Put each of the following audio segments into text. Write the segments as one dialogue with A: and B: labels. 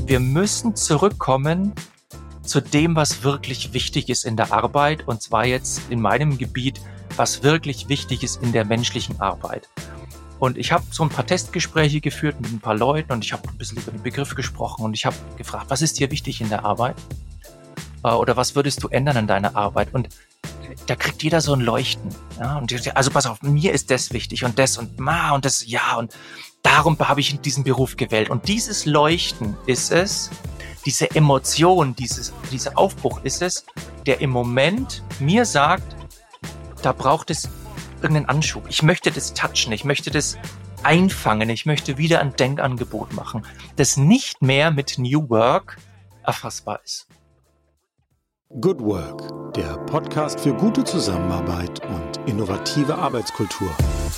A: Wir müssen zurückkommen zu dem, was wirklich wichtig ist in der Arbeit, und zwar jetzt in meinem Gebiet, was wirklich wichtig ist in der menschlichen Arbeit. Und ich habe so ein paar Testgespräche geführt mit ein paar Leuten und ich habe ein bisschen über den Begriff gesprochen und ich habe gefragt, was ist dir wichtig in der Arbeit? Oder was würdest du ändern an deiner Arbeit? Und da kriegt jeder so ein Leuchten. Ja? Und also pass auf, mir ist das wichtig und das, und ja, und darum habe ich diesen Beruf gewählt. Und dieses Leuchten ist es, diese Emotion, dieser Aufbruch ist es, der im Moment mir sagt, da braucht es irgendeinen Anschub. Ich möchte das touchen, ich möchte das einfangen, ich möchte wieder ein Denkangebot machen, das nicht mehr mit New Work erfassbar ist.
B: Good Work, der Podcast für gute Zusammenarbeit und innovative Arbeitskultur.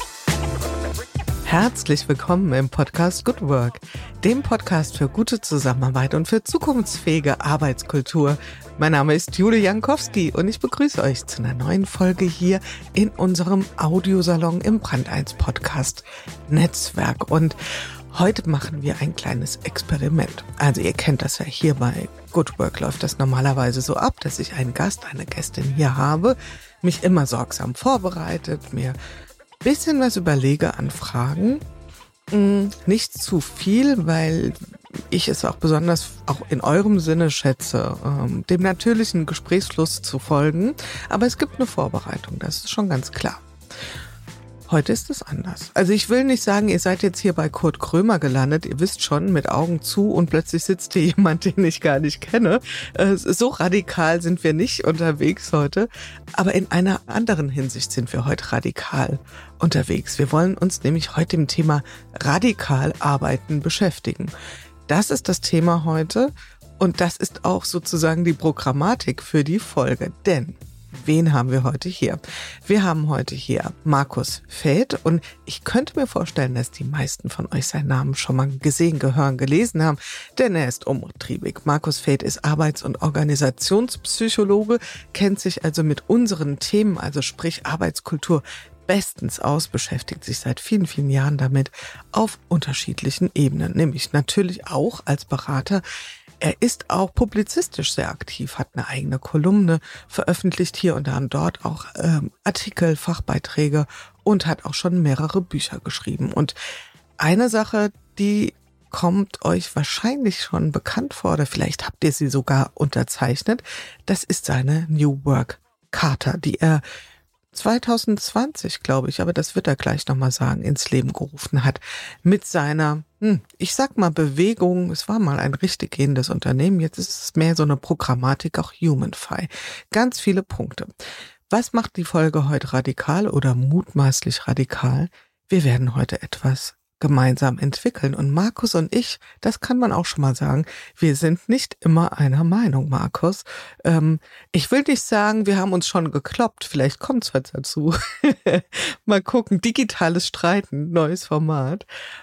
C: Herzlich willkommen im Podcast Good Work, dem Podcast für gute Zusammenarbeit und für zukunftsfähige Arbeitskultur. Mein Name ist Jule Jankowski und ich begrüße euch zu einer neuen Folge hier in unserem Audiosalon im Brand 1 Podcast Netzwerk. Und heute machen wir ein kleines Experiment. Also ihr kennt das ja, hier bei Good Work läuft das normalerweise so ab, dass ich einen Gast, eine Gästin hier habe, mich immer sorgsam vorbereitet, mir bisschen was überlege an Fragen. Nicht zu viel, weil ich es auch besonders auch in eurem Sinne schätze, dem natürlichen Gesprächsfluss zu folgen. Aber es gibt eine Vorbereitung, das ist schon ganz klar. Heute ist es anders. Also ich will nicht sagen, ihr seid jetzt hier bei Kurt Krömer gelandet. Ihr wisst schon, mit Augen zu und plötzlich sitzt hier jemand, den ich gar nicht kenne. So radikal sind wir nicht unterwegs heute. Aber in einer anderen Hinsicht sind wir heute radikal unterwegs. Wir wollen uns nämlich heute dem Thema radikal arbeiten beschäftigen. Das ist das Thema heute und das ist auch sozusagen die Programmatik für die Folge. Denn wen haben wir heute hier? Wir haben heute hier Markus Feld und ich könnte mir vorstellen, dass die meisten von euch seinen Namen schon mal gesehen, gehört, gelesen haben, denn er ist umtriebig. Markus Feld ist Arbeits- und Organisationspsychologe, kennt sich also mit unseren Themen, also sprich Arbeitskultur, bestens aus, beschäftigt sich seit vielen, vielen Jahren damit auf unterschiedlichen Ebenen, nämlich natürlich auch als Berater. Er ist auch publizistisch sehr aktiv, hat eine eigene Kolumne, veröffentlicht hier und da und dort auch Artikel, Fachbeiträge und hat auch schon mehrere Bücher geschrieben. Und eine Sache, die kommt euch wahrscheinlich schon bekannt vor, oder vielleicht habt ihr sie sogar unterzeichnet, das ist seine New Work Charta, die er 2020, glaube ich, aber das wird er gleich nochmal sagen, ins Leben gerufen hat. Mit seiner, ich sag mal Bewegung, es war mal ein richtig gehendes Unternehmen, jetzt ist es mehr so eine Programmatik, auch HumanFi. Ganz viele Punkte. Was macht die Folge heute radikal oder mutmaßlich radikal? Wir werden heute etwas gemeinsam entwickeln. Und Markus und ich, das kann man auch schon mal sagen, wir sind nicht immer einer Meinung, Markus. Ich will nicht sagen, wir haben uns schon gekloppt, vielleicht kommt es heute dazu. Mal gucken, digitales Streiten, neues Format.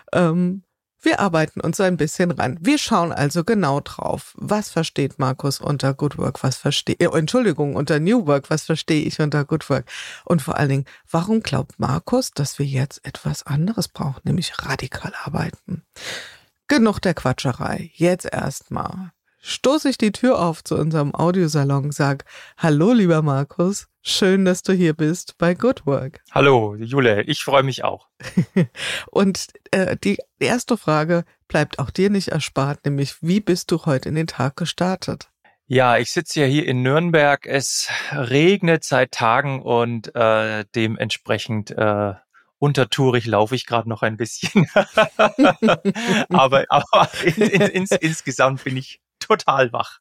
C: Wir arbeiten uns ein bisschen ran. Wir schauen also genau drauf. Was versteht Markus unter Good Work? Unter New Work. Was verstehe ich unter Good Work? Und vor allen Dingen, warum glaubt Markus, dass wir jetzt etwas anderes brauchen, nämlich radikal arbeiten? Genug der Quatscherei. Jetzt erstmal stoße ich die Tür auf zu unserem Audiosalon, sag: Hallo, lieber Markus. Schön, dass du hier bist bei Good Work.
A: Hallo, Jule, ich freue mich auch.
C: Und die erste Frage bleibt auch dir nicht erspart, nämlich wie bist du heute in den Tag gestartet?
A: Ja, ich sitze ja hier in Nürnberg. Es regnet seit Tagen und dementsprechend untertourig laufe ich gerade noch ein bisschen. aber insgesamt bin ich total wach.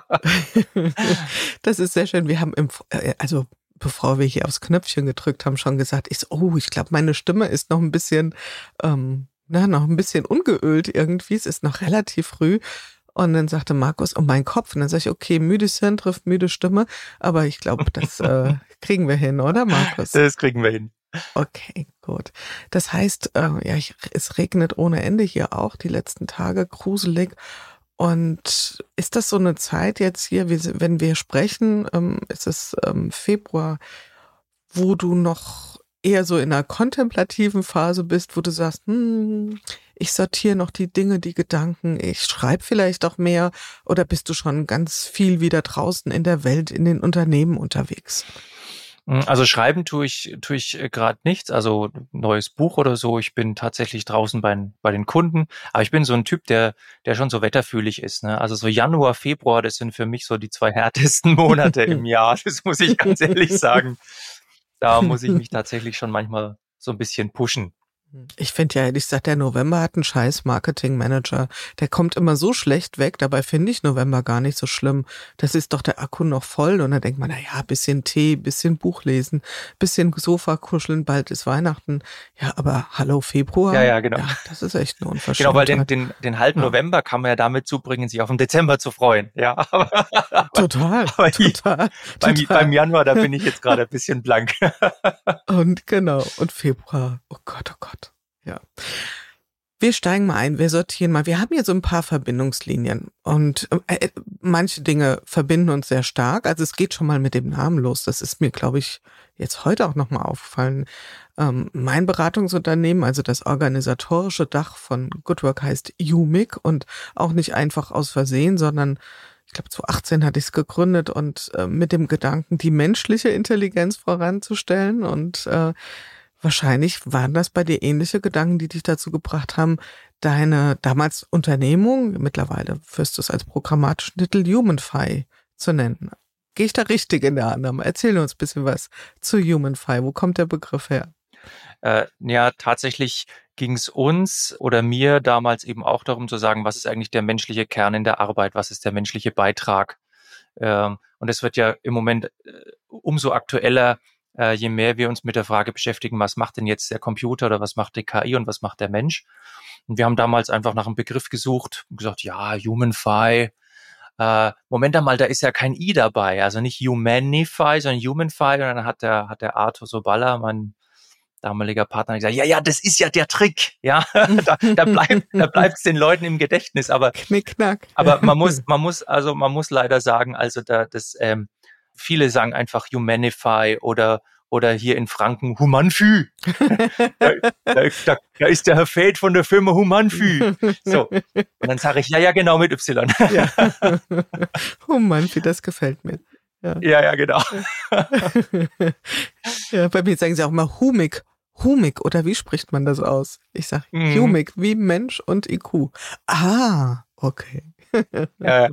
C: Das ist sehr schön. Wir haben bevor wir hier aufs Knöpfchen gedrückt haben, schon gesagt, ich glaube, meine Stimme ist noch ein bisschen, noch ein bisschen ungeölt irgendwie. Es ist noch relativ früh. Und dann sagte Markus, mein Kopf. Und dann sage ich, okay, müde Hirn trifft müde Stimme. Aber ich glaube, das kriegen wir hin, oder Markus?
A: Das kriegen wir hin.
C: Okay, gut. Das heißt, es regnet ohne Ende hier auch die letzten Tage, gruselig. Und ist das so eine Zeit jetzt hier, wenn wir sprechen, ist es Februar, wo du noch eher so in einer kontemplativen Phase bist, wo du sagst, ich sortiere noch die Dinge, die Gedanken, ich schreibe vielleicht auch mehr, oder bist du schon ganz viel wieder draußen in der Welt, in den Unternehmen unterwegs?
A: Also schreiben tue ich gerade nichts, also neues Buch oder so. Ich bin tatsächlich draußen bei den Kunden, aber ich bin so ein Typ, der schon so wetterfühlig ist, ne? Also so Januar, Februar, das sind für mich so die 2 härtesten Monate im Jahr. Das muss ich ganz ehrlich sagen. Da muss ich mich tatsächlich schon manchmal so ein bisschen pushen.
C: Ich finde ja ehrlich gesagt, der November hat einen scheiß Marketingmanager. Der kommt immer so schlecht weg. Dabei finde ich November gar nicht so schlimm. Das ist doch der Akku noch voll. Und dann denkt man, naja, bisschen Tee, bisschen Buch lesen, bisschen Sofa kuscheln, bald ist Weihnachten. Ja, aber hallo Februar?
A: Ja, genau.
C: Ja, das ist echt eine Unverschämtheit.
A: Genau, weil den halben November kann man ja damit zubringen, sich auf den Dezember zu freuen. Ja,
C: Total.
A: Beim Januar, da bin ich jetzt gerade ein bisschen blank.
C: Und genau, und Februar, oh Gott, ja. Wir steigen mal ein, wir sortieren mal. Wir haben hier so ein paar Verbindungslinien und manche Dinge verbinden uns sehr stark. Also es geht schon mal mit dem Namen los. Das ist mir, glaube ich, jetzt heute auch nochmal aufgefallen. Mein Beratungsunternehmen, also das organisatorische Dach von Good Work, heißt UMIC und auch nicht einfach aus Versehen, sondern ich glaube, 2018 hatte ich es gegründet und mit dem Gedanken, die menschliche Intelligenz voranzustellen. Und wahrscheinlich waren das bei dir ähnliche Gedanken, die dich dazu gebracht haben, deine damals Unternehmung, mittlerweile führst du es als programmatischen Titel HumanFi zu nennen. Gehe ich da richtig in der Annahme? Erzähl uns ein bisschen was zu HumanFi. Wo kommt der Begriff her?
A: Ja, tatsächlich ging es uns oder mir damals eben auch darum zu sagen, was ist eigentlich der menschliche Kern in der Arbeit, was ist der menschliche Beitrag. Und es wird ja im Moment umso aktueller, je mehr wir uns mit der Frage beschäftigen, was macht denn jetzt der Computer oder was macht die KI und was macht der Mensch. Und wir haben damals einfach nach einem Begriff gesucht und gesagt, ja, HumanFi. Moment einmal, da ist ja kein I dabei, also nicht Humanify, sondern HumanFi. Und dann hat der Arthur Soballa, mein damaliger Partner, gesagt, ja, das ist ja der Trick, ja, da bleibt's den Leuten im Gedächtnis, aber
C: Knickknack.
A: Aber man muss leider sagen, also viele sagen einfach Humanify oder hier in Franken Humanfy. Da ist der Herr Feld von der Firma Humanfy. So. Und dann sage ich, ja, genau, mit Y.
C: Ja. Humanfy, das gefällt mir.
A: Ja, genau.
C: Ja, bei mir sagen sie auch immer Humik, oder wie spricht man das aus? Ich sage Humik, wie Mensch und IQ. Ah, okay.
A: Ja.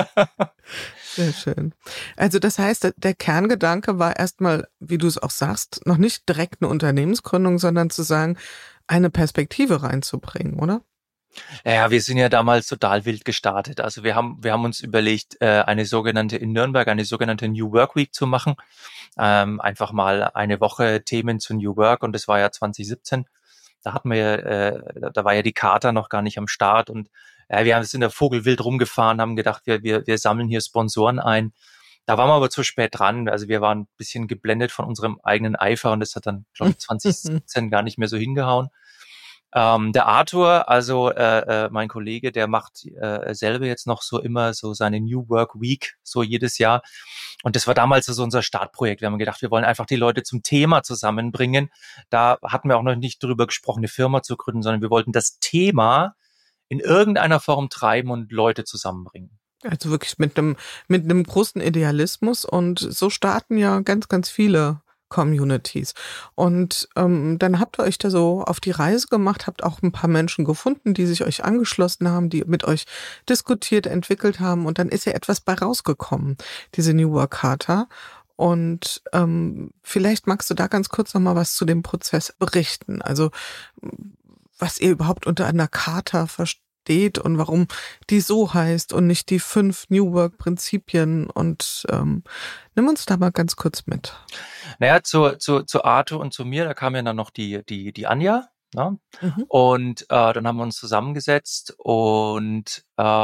C: Sehr schön. Also das heißt, der Kerngedanke war erstmal, wie du es auch sagst, noch nicht direkt eine Unternehmensgründung, sondern zu sagen, eine Perspektive reinzubringen, oder?
A: Ja, wir sind ja damals total wild gestartet. Also wir haben uns überlegt, in Nürnberg eine sogenannte New Work Week zu machen. Einfach mal eine Woche Themen zu New Work, und das war ja 2017. Da war ja die Charta noch gar nicht am Start, und wir sind da vogelwild rumgefahren, haben gedacht, wir sammeln hier Sponsoren ein. Da waren wir aber zu spät dran. Also wir waren ein bisschen geblendet von unserem eigenen Eifer, und das hat dann, glaube ich, 2017 gar nicht mehr so hingehauen. Der Arthur, also mein Kollege, der macht selber jetzt noch so immer so seine New Work Week, so jedes Jahr. Und das war damals so unser Startprojekt. Wir haben gedacht, wir wollen einfach die Leute zum Thema zusammenbringen. Da hatten wir auch noch nicht drüber gesprochen, eine Firma zu gründen, sondern wir wollten das Thema in irgendeiner Form treiben und Leute zusammenbringen.
C: Also wirklich mit einem großen Idealismus, und so starten ja ganz, ganz viele Communities. Und dann habt ihr euch da so auf die Reise gemacht, habt auch ein paar Menschen gefunden, die sich euch angeschlossen haben, die mit euch diskutiert, entwickelt haben, und dann ist ja etwas bei rausgekommen, diese New Work Charta. Und vielleicht magst du da ganz kurz noch mal was zu dem Prozess berichten. Also was ihr überhaupt unter einer Charta versteht und warum die so heißt und nicht die 5 New Work Prinzipien, und nimm uns da mal ganz kurz mit.
A: Naja, zu Arthur und zu mir, da kam ja dann noch die Anja, ne? Und dann haben wir uns zusammengesetzt, und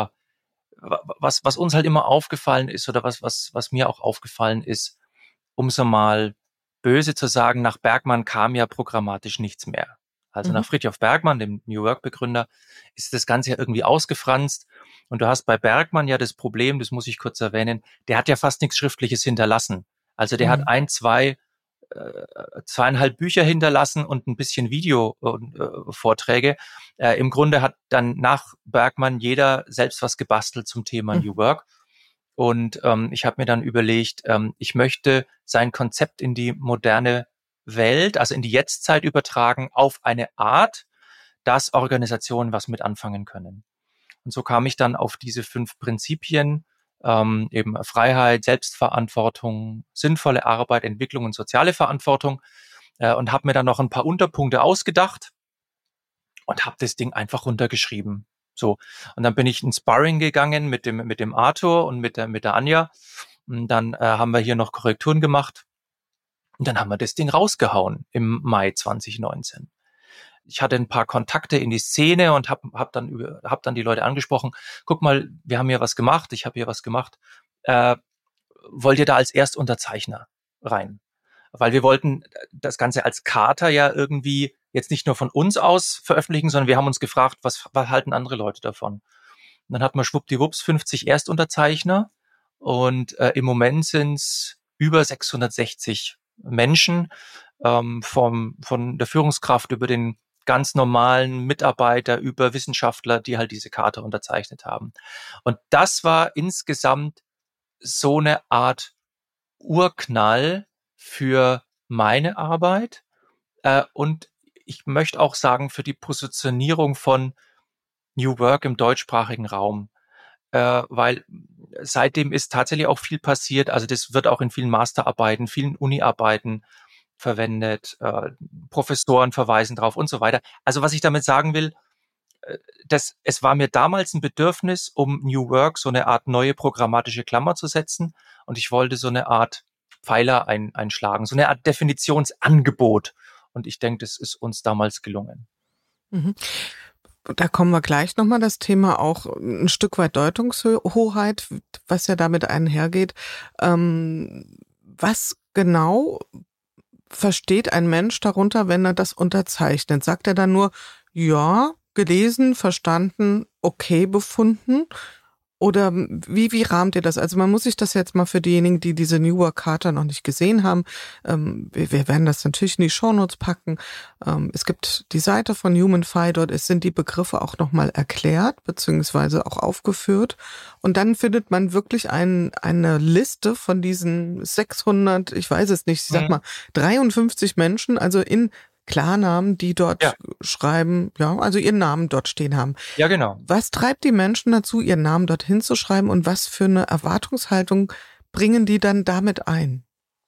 A: was uns halt immer aufgefallen ist, oder was mir auch aufgefallen ist, um so mal böse zu sagen, nach Bergmann kam ja programmatisch nichts mehr. Also nach Fridtjof Bergmann, dem New Work Begründer, ist das Ganze ja irgendwie ausgefranst. Und du hast bei Bergmann ja das Problem, das muss ich kurz erwähnen, der hat ja fast nichts Schriftliches hinterlassen. Also der hat 1, 2 2,5 Bücher hinterlassen und ein bisschen Video-Vorträge. Im Grunde hat dann nach Bergmann jeder selbst was gebastelt zum Thema New Work. Und ich habe mir dann überlegt, ich möchte sein Konzept in die moderne Welt, also in die Jetztzeit übertragen, auf eine Art, dass Organisationen was mit anfangen können. Und so kam ich dann auf diese 5 Prinzipien, eben Freiheit, Selbstverantwortung, sinnvolle Arbeit, Entwicklung und soziale Verantwortung, und habe mir dann noch ein paar Unterpunkte ausgedacht und habe das Ding einfach runtergeschrieben. So. Und dann bin ich ins Sparring gegangen mit dem Arthur und mit der Anja. Und dann haben wir hier noch Korrekturen gemacht. Und dann haben wir das Ding rausgehauen im Mai 2019. Ich hatte ein paar Kontakte in die Szene und hab dann die Leute angesprochen. Guck mal, wir haben hier was gemacht. Ich habe hier was gemacht. Wollt ihr da als Erstunterzeichner rein? Weil wir wollten das Ganze als Charta ja irgendwie jetzt nicht nur von uns aus veröffentlichen, sondern wir haben uns gefragt, was halten andere Leute davon? Und dann hatten wir schwuppdiwupps 50 Erstunterzeichner und im Moment sind es über 660 Menschen, von der Führungskraft über den ganz normalen Mitarbeiter, über Wissenschaftler, die halt diese Charta unterzeichnet haben. Und das war insgesamt so eine Art Urknall für meine Arbeit, und ich möchte auch sagen, für die Positionierung von New Work im deutschsprachigen Raum, weil seitdem ist tatsächlich auch viel passiert. Also das wird auch in vielen Masterarbeiten, vielen Uni-Arbeiten verwendet, Professoren verweisen drauf und so weiter. Also was ich damit sagen will, es war mir damals ein Bedürfnis, um New Work so eine Art neue programmatische Klammer zu setzen, und ich wollte so eine Art Pfeiler einschlagen, so eine Art Definitionsangebot, und ich denke, das ist uns damals gelungen.
C: Mhm. Da kommen wir gleich nochmal, das Thema auch ein Stück weit Deutungshoheit, was ja damit einhergeht. Was genau versteht ein Mensch darunter, wenn er das unterzeichnet? Sagt er dann nur, ja, gelesen, verstanden, okay befunden? Oder wie rahmt ihr das? Also man muss sich das jetzt mal für diejenigen, die diese New Work Charta noch nicht gesehen haben, wir werden das natürlich in die Shownotes packen. Es gibt die Seite von HumanFi, dort sind die Begriffe auch nochmal erklärt, beziehungsweise auch aufgeführt. Und dann findet man wirklich eine Liste von diesen 600, ich weiß es nicht, ich sag mal 53 Menschen, also in Klarnamen, die dort schreiben, ja, also ihren Namen dort stehen haben.
A: Ja, genau.
C: Was treibt die Menschen dazu, ihren Namen dorthin zu schreiben, und was für eine Erwartungshaltung bringen die dann damit ein?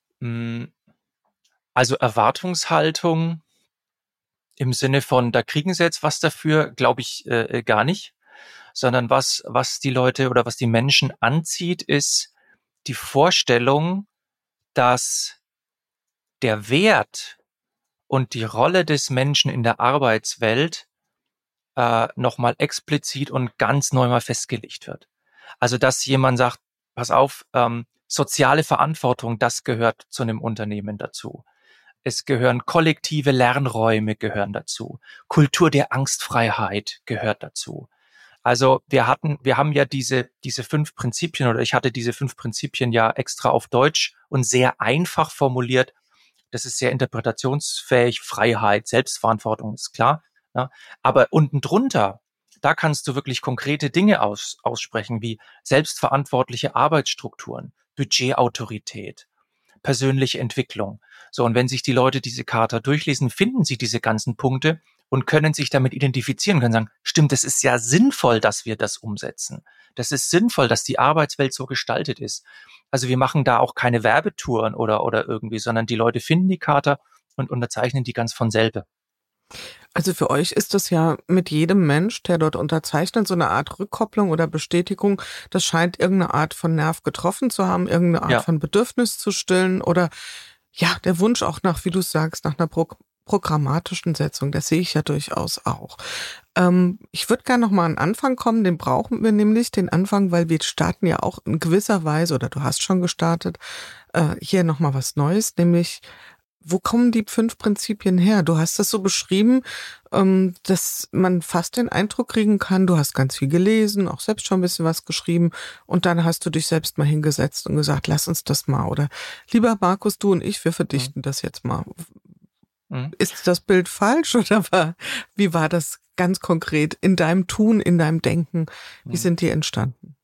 A: Also Erwartungshaltung im Sinne von, da kriegen sie jetzt was dafür, glaube ich gar nicht, sondern was die Leute oder was die Menschen anzieht, ist die Vorstellung, dass der Wert und die Rolle des Menschen in der Arbeitswelt nochmal explizit und ganz neu mal festgelegt wird. Also dass jemand sagt, pass auf, soziale Verantwortung, das gehört zu einem Unternehmen dazu. Es gehören kollektive Lernräume gehören dazu. Kultur der Angstfreiheit gehört dazu. Also wir haben ja diese 5 Prinzipien, oder ich hatte diese 5 Prinzipien ja extra auf Deutsch und sehr einfach formuliert. Das ist sehr interpretationsfähig. Freiheit, Selbstverantwortung ist klar. Ja. Aber unten drunter, da kannst du wirklich konkrete Dinge aussprechen, wie selbstverantwortliche Arbeitsstrukturen, Budgetautorität, persönliche Entwicklung. So, und wenn sich die Leute diese Charta durchlesen, finden sie diese ganzen Punkte und können sich damit identifizieren, können sagen, stimmt, das ist ja sinnvoll, dass wir das umsetzen. Das ist sinnvoll, dass die Arbeitswelt so gestaltet ist. Also wir machen da auch keine Werbetouren oder irgendwie, sondern die Leute finden die Charta und unterzeichnen die ganz von selber.
C: Also für euch ist das ja mit jedem Mensch, der dort unterzeichnet, so eine Art Rückkopplung oder Bestätigung. Das scheint irgendeine Art von Nerv getroffen zu haben, irgendeine Art von Bedürfnis zu stillen oder ja, der Wunsch auch nach, wie du sagst, nach einer programmatischen Setzung. Das sehe ich ja durchaus auch. Ich würde gerne noch mal an den Anfang kommen, den brauchen wir nämlich, den Anfang, weil wir starten ja auch in gewisser Weise, oder du hast schon gestartet, hier noch mal was Neues, nämlich Wo kommen die 5 Prinzipien her? Du hast das so beschrieben, dass man fast den Eindruck kriegen kann, du hast ganz viel gelesen, auch selbst schon ein bisschen was geschrieben und dann hast du dich selbst mal hingesetzt und gesagt, lass uns das mal. Oder lieber Markus, du und ich, wir verdichten das jetzt mal. Ist das Bild falsch oder wie war das ganz konkret in deinem Tun, in deinem Denken? Wie sind die entstanden?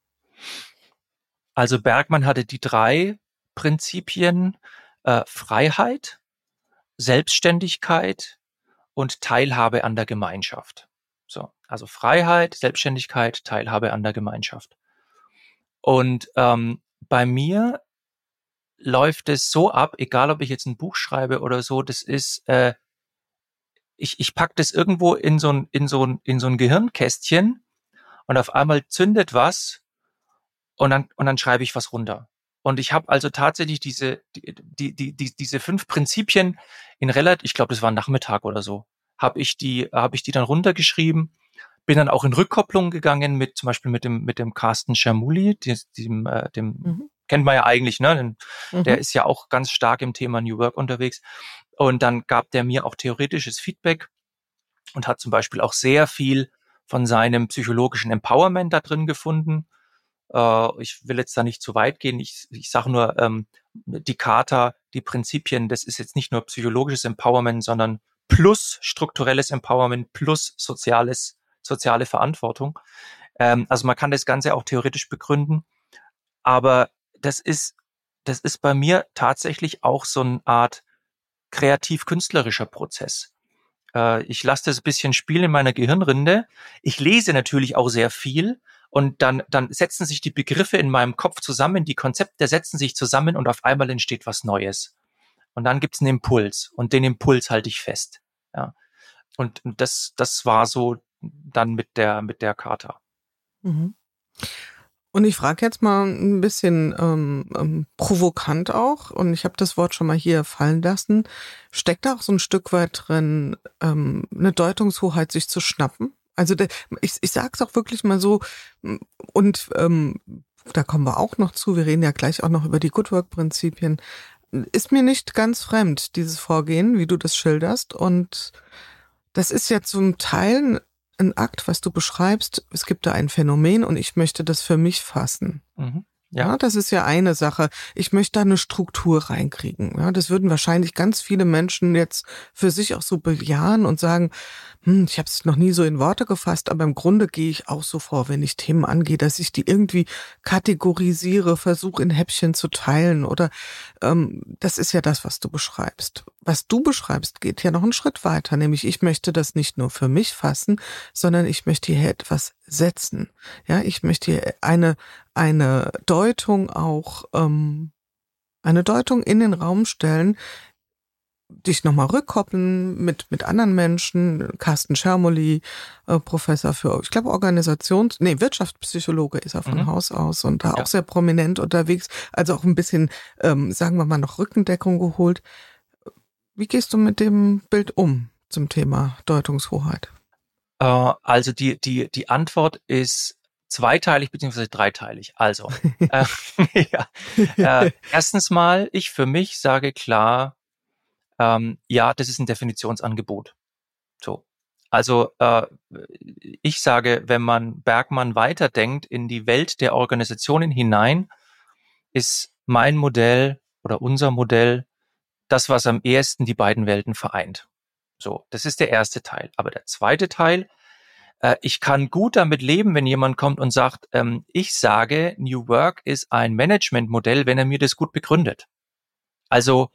A: Also Bergmann hatte die 3 Prinzipien Freiheit, Selbstständigkeit und Teilhabe an der Gemeinschaft. So, also Freiheit, Selbstständigkeit, Teilhabe an der Gemeinschaft. Und bei mir läuft es so ab, egal ob ich jetzt ein Buch schreibe oder so, das ist, ich pack das irgendwo in so ein Gehirnkästchen und auf einmal zündet was und dann schreibe ich was runter. Und ich habe also tatsächlich diese 5 Prinzipien ich glaube, das war ein Nachmittag oder so, habe ich die dann runtergeschrieben, bin dann auch in Rückkopplung gegangen zum Beispiel mit dem Carsten Schermuli, dem kennt man ja eigentlich, ne? Der ist ja auch ganz stark im Thema New Work unterwegs. Und dann gab der mir auch theoretisches Feedback und hat zum Beispiel auch sehr viel von seinem psychologischen Empowerment da drin gefunden. Ich will jetzt da nicht zu weit gehen. Ich sage nur, die Charta, die Prinzipien, das ist jetzt nicht nur psychologisches Empowerment, sondern plus strukturelles Empowerment, plus soziale Verantwortung. Also man kann das Ganze auch theoretisch begründen, aber das ist bei mir tatsächlich auch so eine Art kreativ-künstlerischer Prozess. Ich lasse das ein bisschen spielen in meiner Gehirnrinde. Ich lese natürlich auch sehr viel und dann setzen sich die Begriffe in meinem Kopf zusammen, die Konzepte setzen sich zusammen und auf einmal entsteht was Neues. Und dann gibt's einen Impuls und den Impuls halte ich fest. Ja. Und das war so dann mit der Charta.
C: Mhm. Und ich frage jetzt mal ein bisschen provokant auch, und ich habe das Wort schon mal hier fallen lassen, steckt da auch so ein Stück weit drin, eine Deutungshoheit sich zu schnappen? Also ich sage es auch wirklich mal so, und da kommen wir auch noch zu, wir reden ja gleich auch noch über die Good Work-Prinzipien, ist mir nicht ganz fremd, dieses Vorgehen, wie du das schilderst, und das ist ja zum Teil ein Akt, was du beschreibst, es gibt da ein Phänomen und ich möchte das für mich fassen.
A: Mhm. Ja,
C: das ist ja eine Sache. Ich möchte da eine Struktur reinkriegen. Ja, das würden wahrscheinlich ganz viele Menschen jetzt für sich auch so bejahen und sagen, ich habe es noch nie so in Worte gefasst, aber im Grunde gehe ich auch so vor, wenn ich Themen angehe, dass ich die irgendwie kategorisiere, versuche in Häppchen zu teilen oder das ist ja das, was du beschreibst. Was du beschreibst, geht ja noch einen Schritt weiter, nämlich ich möchte das nicht nur für mich fassen, sondern ich möchte hier etwas setzen. Ja, ich möchte hier eine Deutung auch, eine Deutung in den Raum stellen, dich nochmal rückkoppeln mit anderen Menschen, Carsten Schermoli, Professor für, ich glaube, Wirtschaftspsychologe ist er von Haus aus und da auch sehr prominent unterwegs, also auch ein bisschen, sagen wir mal, noch Rückendeckung geholt. Wie gehst du mit dem Bild um zum Thema Deutungshoheit?
A: Also die Antwort ist zweiteilig beziehungsweise dreiteilig. Also, erstens mal, ich für mich sage klar, ja, das ist ein Definitionsangebot. So. Also ich sage, wenn man Bergmann weiterdenkt in die Welt der Organisationen hinein, ist mein Modell oder unser Modell das, was am ehesten die beiden Welten vereint. So, das ist der erste Teil. Aber der zweite Teil, ich kann gut damit leben, wenn jemand kommt und sagt, ich sage, New Work ist ein Managementmodell, wenn er mir das gut begründet. Also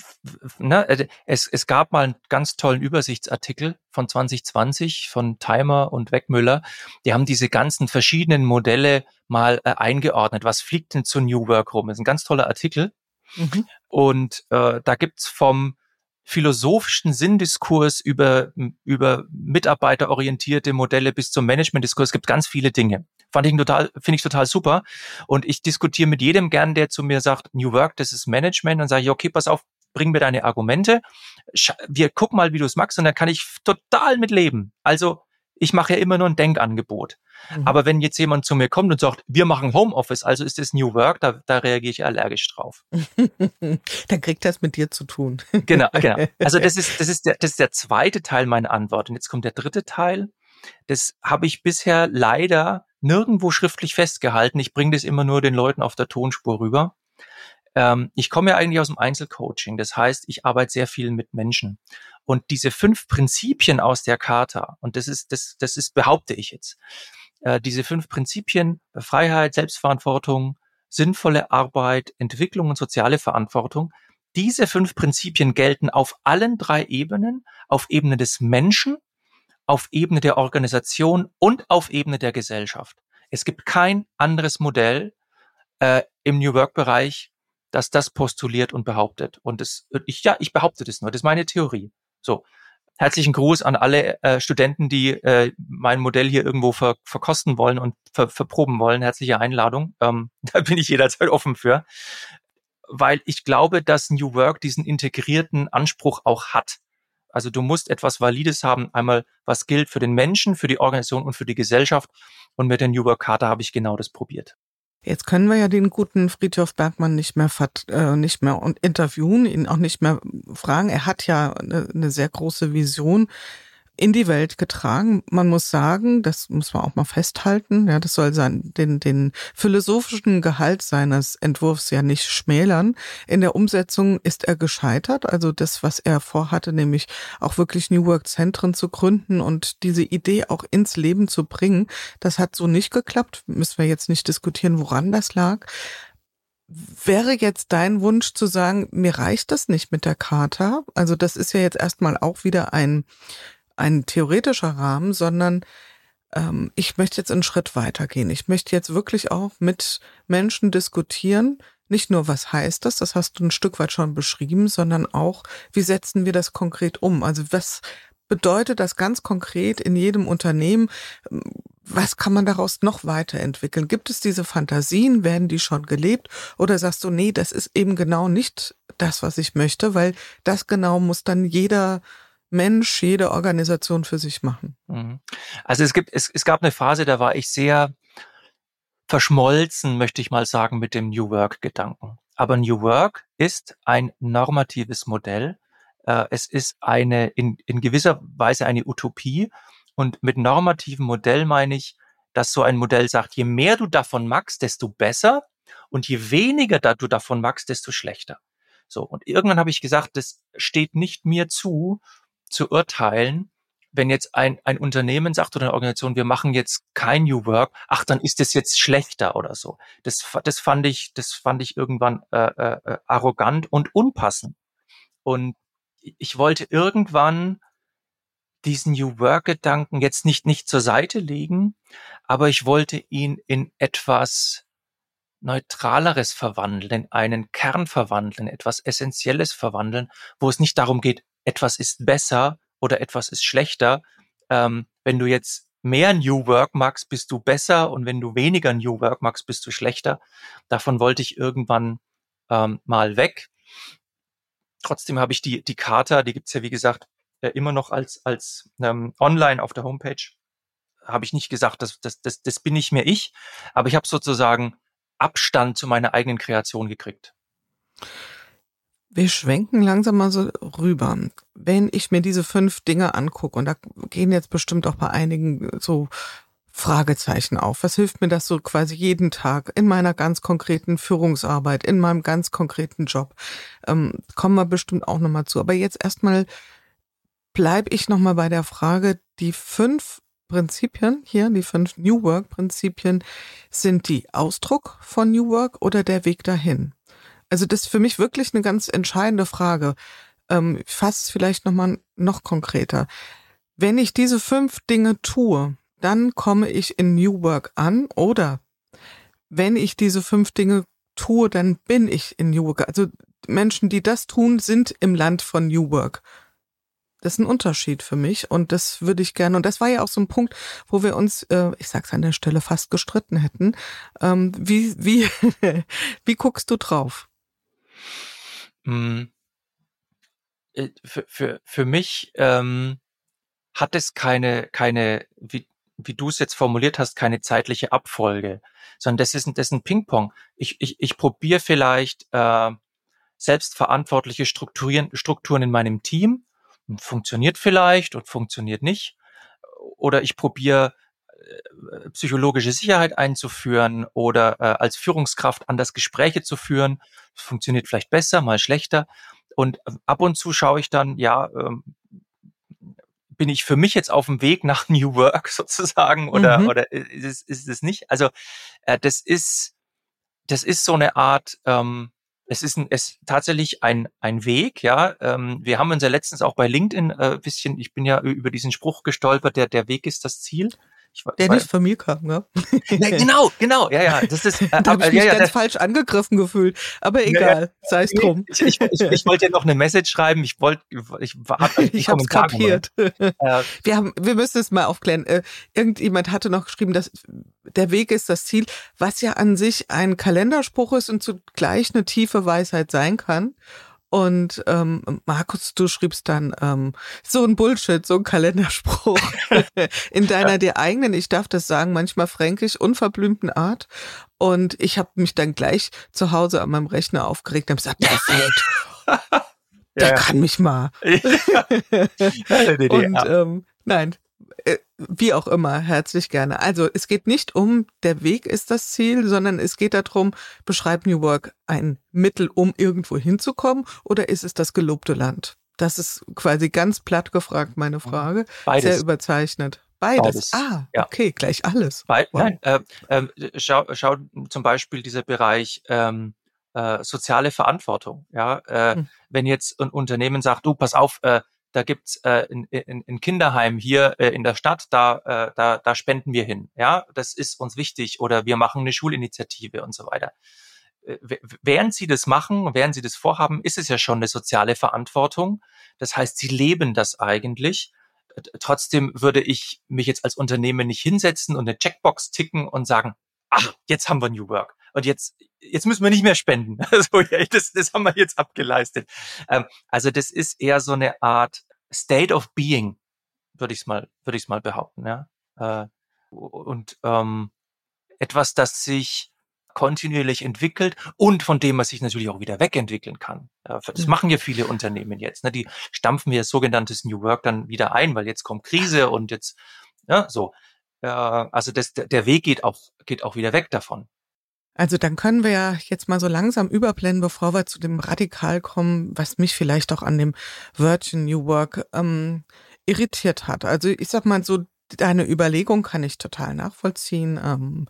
A: es gab mal einen ganz tollen Übersichtsartikel von 2020 von Timer und Weckmüller. Die haben diese ganzen verschiedenen Modelle mal eingeordnet. Was fliegt denn zu New Work rum? Das ist ein ganz toller Artikel. Mhm. Und da gibt's vom philosophischen Sinndiskurs über mitarbeiterorientierte Modelle bis zum Managementdiskurs. Es gibt ganz viele Dinge. Finde ich total super. Und ich diskutiere mit jedem gern, der zu mir sagt, New Work, das ist Management. Dann sage ich, okay, pass auf, bring mir deine Argumente. Wir gucken mal, wie du es magst. Und dann kann ich total mit leben. Also ich mache ja immer nur ein Denkangebot. Aber wenn jetzt jemand zu mir kommt und sagt, wir machen Homeoffice, also ist das New Work, da reagiere ich allergisch drauf.
C: Dann kriegt das mit dir zu tun.
A: Genau. Also das ist der zweite Teil meiner Antwort. Und jetzt kommt der dritte Teil. Das habe ich bisher leider nirgendwo schriftlich festgehalten. Ich bringe das immer nur den Leuten auf der Tonspur rüber. Ich komme ja eigentlich aus dem Einzelcoaching. Das heißt, ich arbeite sehr viel mit Menschen. Und diese 5 Prinzipien aus der Charta, und das ist, behaupte ich jetzt, diese 5 Prinzipien, Freiheit, Selbstverantwortung, sinnvolle Arbeit, Entwicklung und soziale Verantwortung, diese 5 Prinzipien gelten auf allen 3 Ebenen, auf Ebene des Menschen, auf Ebene der Organisation und auf Ebene der Gesellschaft. Es gibt kein anderes Modell im New Work-Bereich, das das postuliert und behauptet. Und ich behaupte das nur, das ist meine Theorie. So, herzlichen Gruß an alle Studenten, die mein Modell hier irgendwo verkosten wollen und verproben wollen. Herzliche Einladung. Da bin ich jederzeit offen für. Weil ich glaube, dass New Work diesen integrierten Anspruch auch hat. Also du musst etwas Valides haben, einmal was gilt für den Menschen, für die Organisation und für die Gesellschaft. Und mit der New Work Charta habe ich genau das probiert.
C: Jetzt können wir ja den guten Frithjof Bergmann nicht mehr interviewen, ihn auch nicht mehr fragen. Er hat ja eine sehr große Vision in die Welt getragen. Man muss sagen, das muss man auch mal festhalten, ja, das soll den philosophischen Gehalt seines Entwurfs ja nicht schmälern. In der Umsetzung ist er gescheitert. Also das, was er vorhatte, nämlich auch wirklich New Work Zentren zu gründen und diese Idee auch ins Leben zu bringen, das hat so nicht geklappt. Müssen wir jetzt nicht diskutieren, woran das lag. Wäre jetzt dein Wunsch zu sagen, mir reicht das nicht mit der Charta? Also das ist ja jetzt erstmal auch wieder ein theoretischer Rahmen, sondern ich möchte jetzt einen Schritt weitergehen. Ich möchte jetzt wirklich auch mit Menschen diskutieren, nicht nur, was heißt das, das hast du ein Stück weit schon beschrieben, sondern auch, wie setzen wir das konkret um? Also was bedeutet das ganz konkret in jedem Unternehmen? Was kann man daraus noch weiterentwickeln? Gibt es diese Fantasien? Werden die schon gelebt? Oder sagst du, nee, das ist eben genau nicht das, was ich möchte, weil das genau muss dann jeder Mensch, jede Organisation für sich machen.
A: Also es gab eine Phase, da war ich sehr verschmolzen, möchte ich mal sagen, mit dem New Work-Gedanken. Aber New Work ist ein normatives Modell. Es ist in gewisser Weise eine Utopie. Und mit normativem Modell meine ich, dass so ein Modell sagt, je mehr du davon magst, desto besser. Und je weniger du davon magst, desto schlechter. So. Und irgendwann habe ich gesagt, das steht nicht mir zu urteilen, wenn jetzt ein Unternehmen sagt oder eine Organisation, wir machen jetzt kein New Work, ach, dann ist es jetzt schlechter oder so. Das fand ich irgendwann arrogant und unpassend. Und ich wollte irgendwann diesen New Work-Gedanken jetzt nicht zur Seite legen, aber ich wollte ihn in etwas Neutraleres verwandeln, in einen Kern verwandeln, etwas Essentielles verwandeln, wo es nicht darum geht, etwas ist besser oder etwas ist schlechter. Wenn du jetzt mehr New Work magst, bist du besser und wenn du weniger New Work magst, bist du schlechter. Davon wollte ich irgendwann mal weg. Trotzdem habe ich die Charta, die gibt's ja wie gesagt immer noch als online auf der Homepage. Habe ich nicht gesagt, das bin nicht mehr ich, aber ich habe sozusagen Abstand zu meiner eigenen Kreation gekriegt.
C: Wir schwenken langsam mal so rüber. Wenn ich mir diese 5 Dinge angucke, und da gehen jetzt bestimmt auch bei einigen so Fragezeichen auf. Was hilft mir das so quasi jeden Tag in meiner ganz konkreten Führungsarbeit, in meinem ganz konkreten Job? Kommen wir bestimmt auch nochmal zu. Aber jetzt erstmal bleibe ich nochmal bei der Frage, die 5 Prinzipien hier, die 5 New Work-Prinzipien, sind die Ausdruck von New Work oder der Weg dahin? Also das ist für mich wirklich eine ganz entscheidende Frage. Ich fasse es vielleicht noch konkreter. Wenn ich diese 5 Dinge tue, dann komme ich in New Work an, oder wenn ich diese 5 Dinge tue, dann bin ich in New Work. Also Menschen, die das tun, sind im Land von New Work. Das ist ein Unterschied für mich und das würde ich gerne, und das war ja auch so ein Punkt, wo wir uns, ich sag's an der Stelle, fast gestritten hätten. Wie guckst du drauf?
A: Für mich hat es keine, wie du es jetzt formuliert hast, keine zeitliche Abfolge, sondern das ist ein Ping-Pong. Ich probiere vielleicht selbstverantwortliche Strukturen in meinem Team, und funktioniert vielleicht und funktioniert nicht. Oder ich probiere psychologische Sicherheit einzuführen oder als Führungskraft anders Gespräche zu führen. Das funktioniert vielleicht besser, mal schlechter. Und ab und zu schaue ich dann, bin ich für mich jetzt auf dem Weg nach New Work sozusagen oder ist es nicht? Also das ist so eine Art, es ist tatsächlich ein Weg, ja. Wir haben uns ja letztens auch bei LinkedIn bisschen, ich bin ja über diesen Spruch gestolpert, der Weg ist das Ziel.
C: Der nicht von mir kam, ne?
A: Ja, genau, ja. Das ist,
C: da habe ich mich ganz falsch angegriffen gefühlt, aber egal, sei es drum.
A: Ich wollte ja noch eine Message schreiben, ich
C: hab's kapiert. Wir müssen es mal aufklären. Irgendjemand hatte noch geschrieben, dass der Weg ist das Ziel, was ja an sich ein Kalenderspruch ist und zugleich eine tiefe Weisheit sein kann. Und Markus, du schriebst dann so ein Bullshit, so ein Kalenderspruch in deiner dir eigenen, ich darf das sagen, manchmal fränkisch, unverblümten Art. Und ich habe mich dann gleich zu Hause an meinem Rechner aufgeregt und habe gesagt, perfekt, der kann mich mal. Und nein, wie auch immer, herzlich gerne. Also es geht nicht um, der Weg ist das Ziel, sondern es geht darum, beschreibt New Work ein Mittel, um irgendwo hinzukommen, oder ist es das gelobte Land? Das ist quasi ganz platt gefragt, meine Frage.
A: Beides.
C: Sehr überzeichnet. Beides. Ja. Okay, gleich alles.
A: Wow. Nein, schau zum Beispiel dieser Bereich soziale Verantwortung. Ja, wenn jetzt ein Unternehmen sagt, du, pass auf, da gibt's ein Kinderheim hier in der Stadt, da spenden wir hin. Ja, das ist uns wichtig. Oder wir machen eine Schulinitiative und so weiter. Während sie das machen, während sie das vorhaben, ist es ja schon eine soziale Verantwortung. Das heißt, sie leben das eigentlich. Trotzdem würde ich mich jetzt als Unternehmen nicht hinsetzen und eine Checkbox ticken und sagen, ach, jetzt haben wir New Work. Und jetzt müssen wir nicht mehr spenden. Also, ja, das haben wir jetzt abgeleistet. Also das ist eher so eine Art State of Being, würde ich es mal behaupten. Ja? Und etwas, das sich kontinuierlich entwickelt und von dem man sich natürlich auch wieder wegentwickeln kann. Das machen ja viele Unternehmen jetzt. Ne? Die stampfen ja sogenanntes New Work dann wieder ein, weil jetzt kommt Krise und jetzt so. Also der Weg geht auch wieder weg davon.
C: Also dann können wir ja jetzt mal so langsam überblenden, bevor wir zu dem Radikal kommen, was mich vielleicht auch an dem Wörtchen New Work irritiert hat. Also ich sag mal so, deine Überlegung kann ich total nachvollziehen.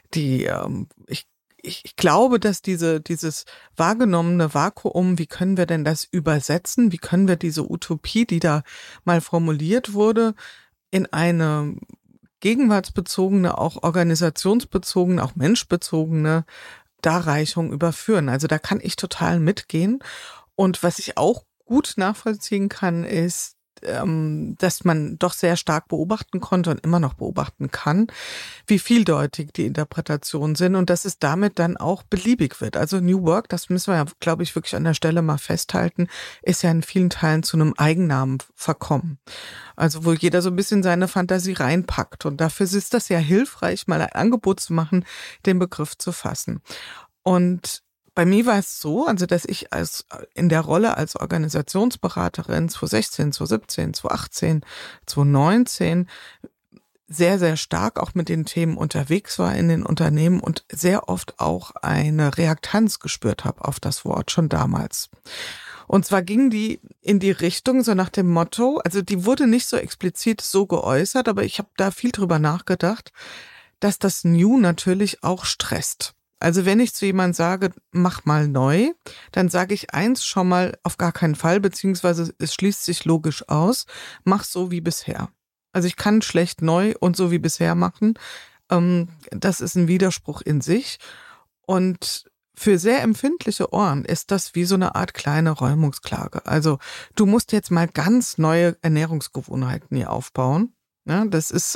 C: Ich glaube, dass dieses wahrgenommene Vakuum, wie können wir denn das übersetzen? Wie können wir diese Utopie, die da mal formuliert wurde, in eine gegenwartsbezogene, auch organisationsbezogene, auch menschbezogene Darreichung überführen. Also da kann ich total mitgehen. Und was ich auch gut nachvollziehen kann, ist, dass man doch sehr stark beobachten konnte und immer noch beobachten kann, wie vieldeutig die Interpretationen sind und dass es damit dann auch beliebig wird. Also New Work, das müssen wir ja, glaube ich, wirklich an der Stelle mal festhalten, ist ja in vielen Teilen zu einem Eigennamen verkommen. Also wo jeder so ein bisschen seine Fantasie reinpackt. Und dafür ist das ja hilfreich, mal ein Angebot zu machen, den Begriff zu fassen. Und bei mir war es so, also dass ich in der Rolle als Organisationsberaterin 2016, 2017, 2018, 2019 sehr, sehr stark auch mit den Themen unterwegs war in den Unternehmen und sehr oft auch eine Reaktanz gespürt habe auf das Wort, schon damals. Und zwar ging die in die Richtung so nach dem Motto, also die wurde nicht so explizit so geäußert, aber ich habe da viel drüber nachgedacht, dass das New natürlich auch stresst. Also wenn ich zu jemandem sage, mach mal neu, dann sage ich eins schon mal auf gar keinen Fall, beziehungsweise es schließt sich logisch aus, mach so wie bisher. Also ich kann schlecht neu und so wie bisher machen. Das ist ein Widerspruch in sich. Und für sehr empfindliche Ohren ist das wie so eine Art kleine Räumungsklage. Also du musst jetzt mal ganz neue Ernährungsgewohnheiten hier aufbauen. Ja, das ist,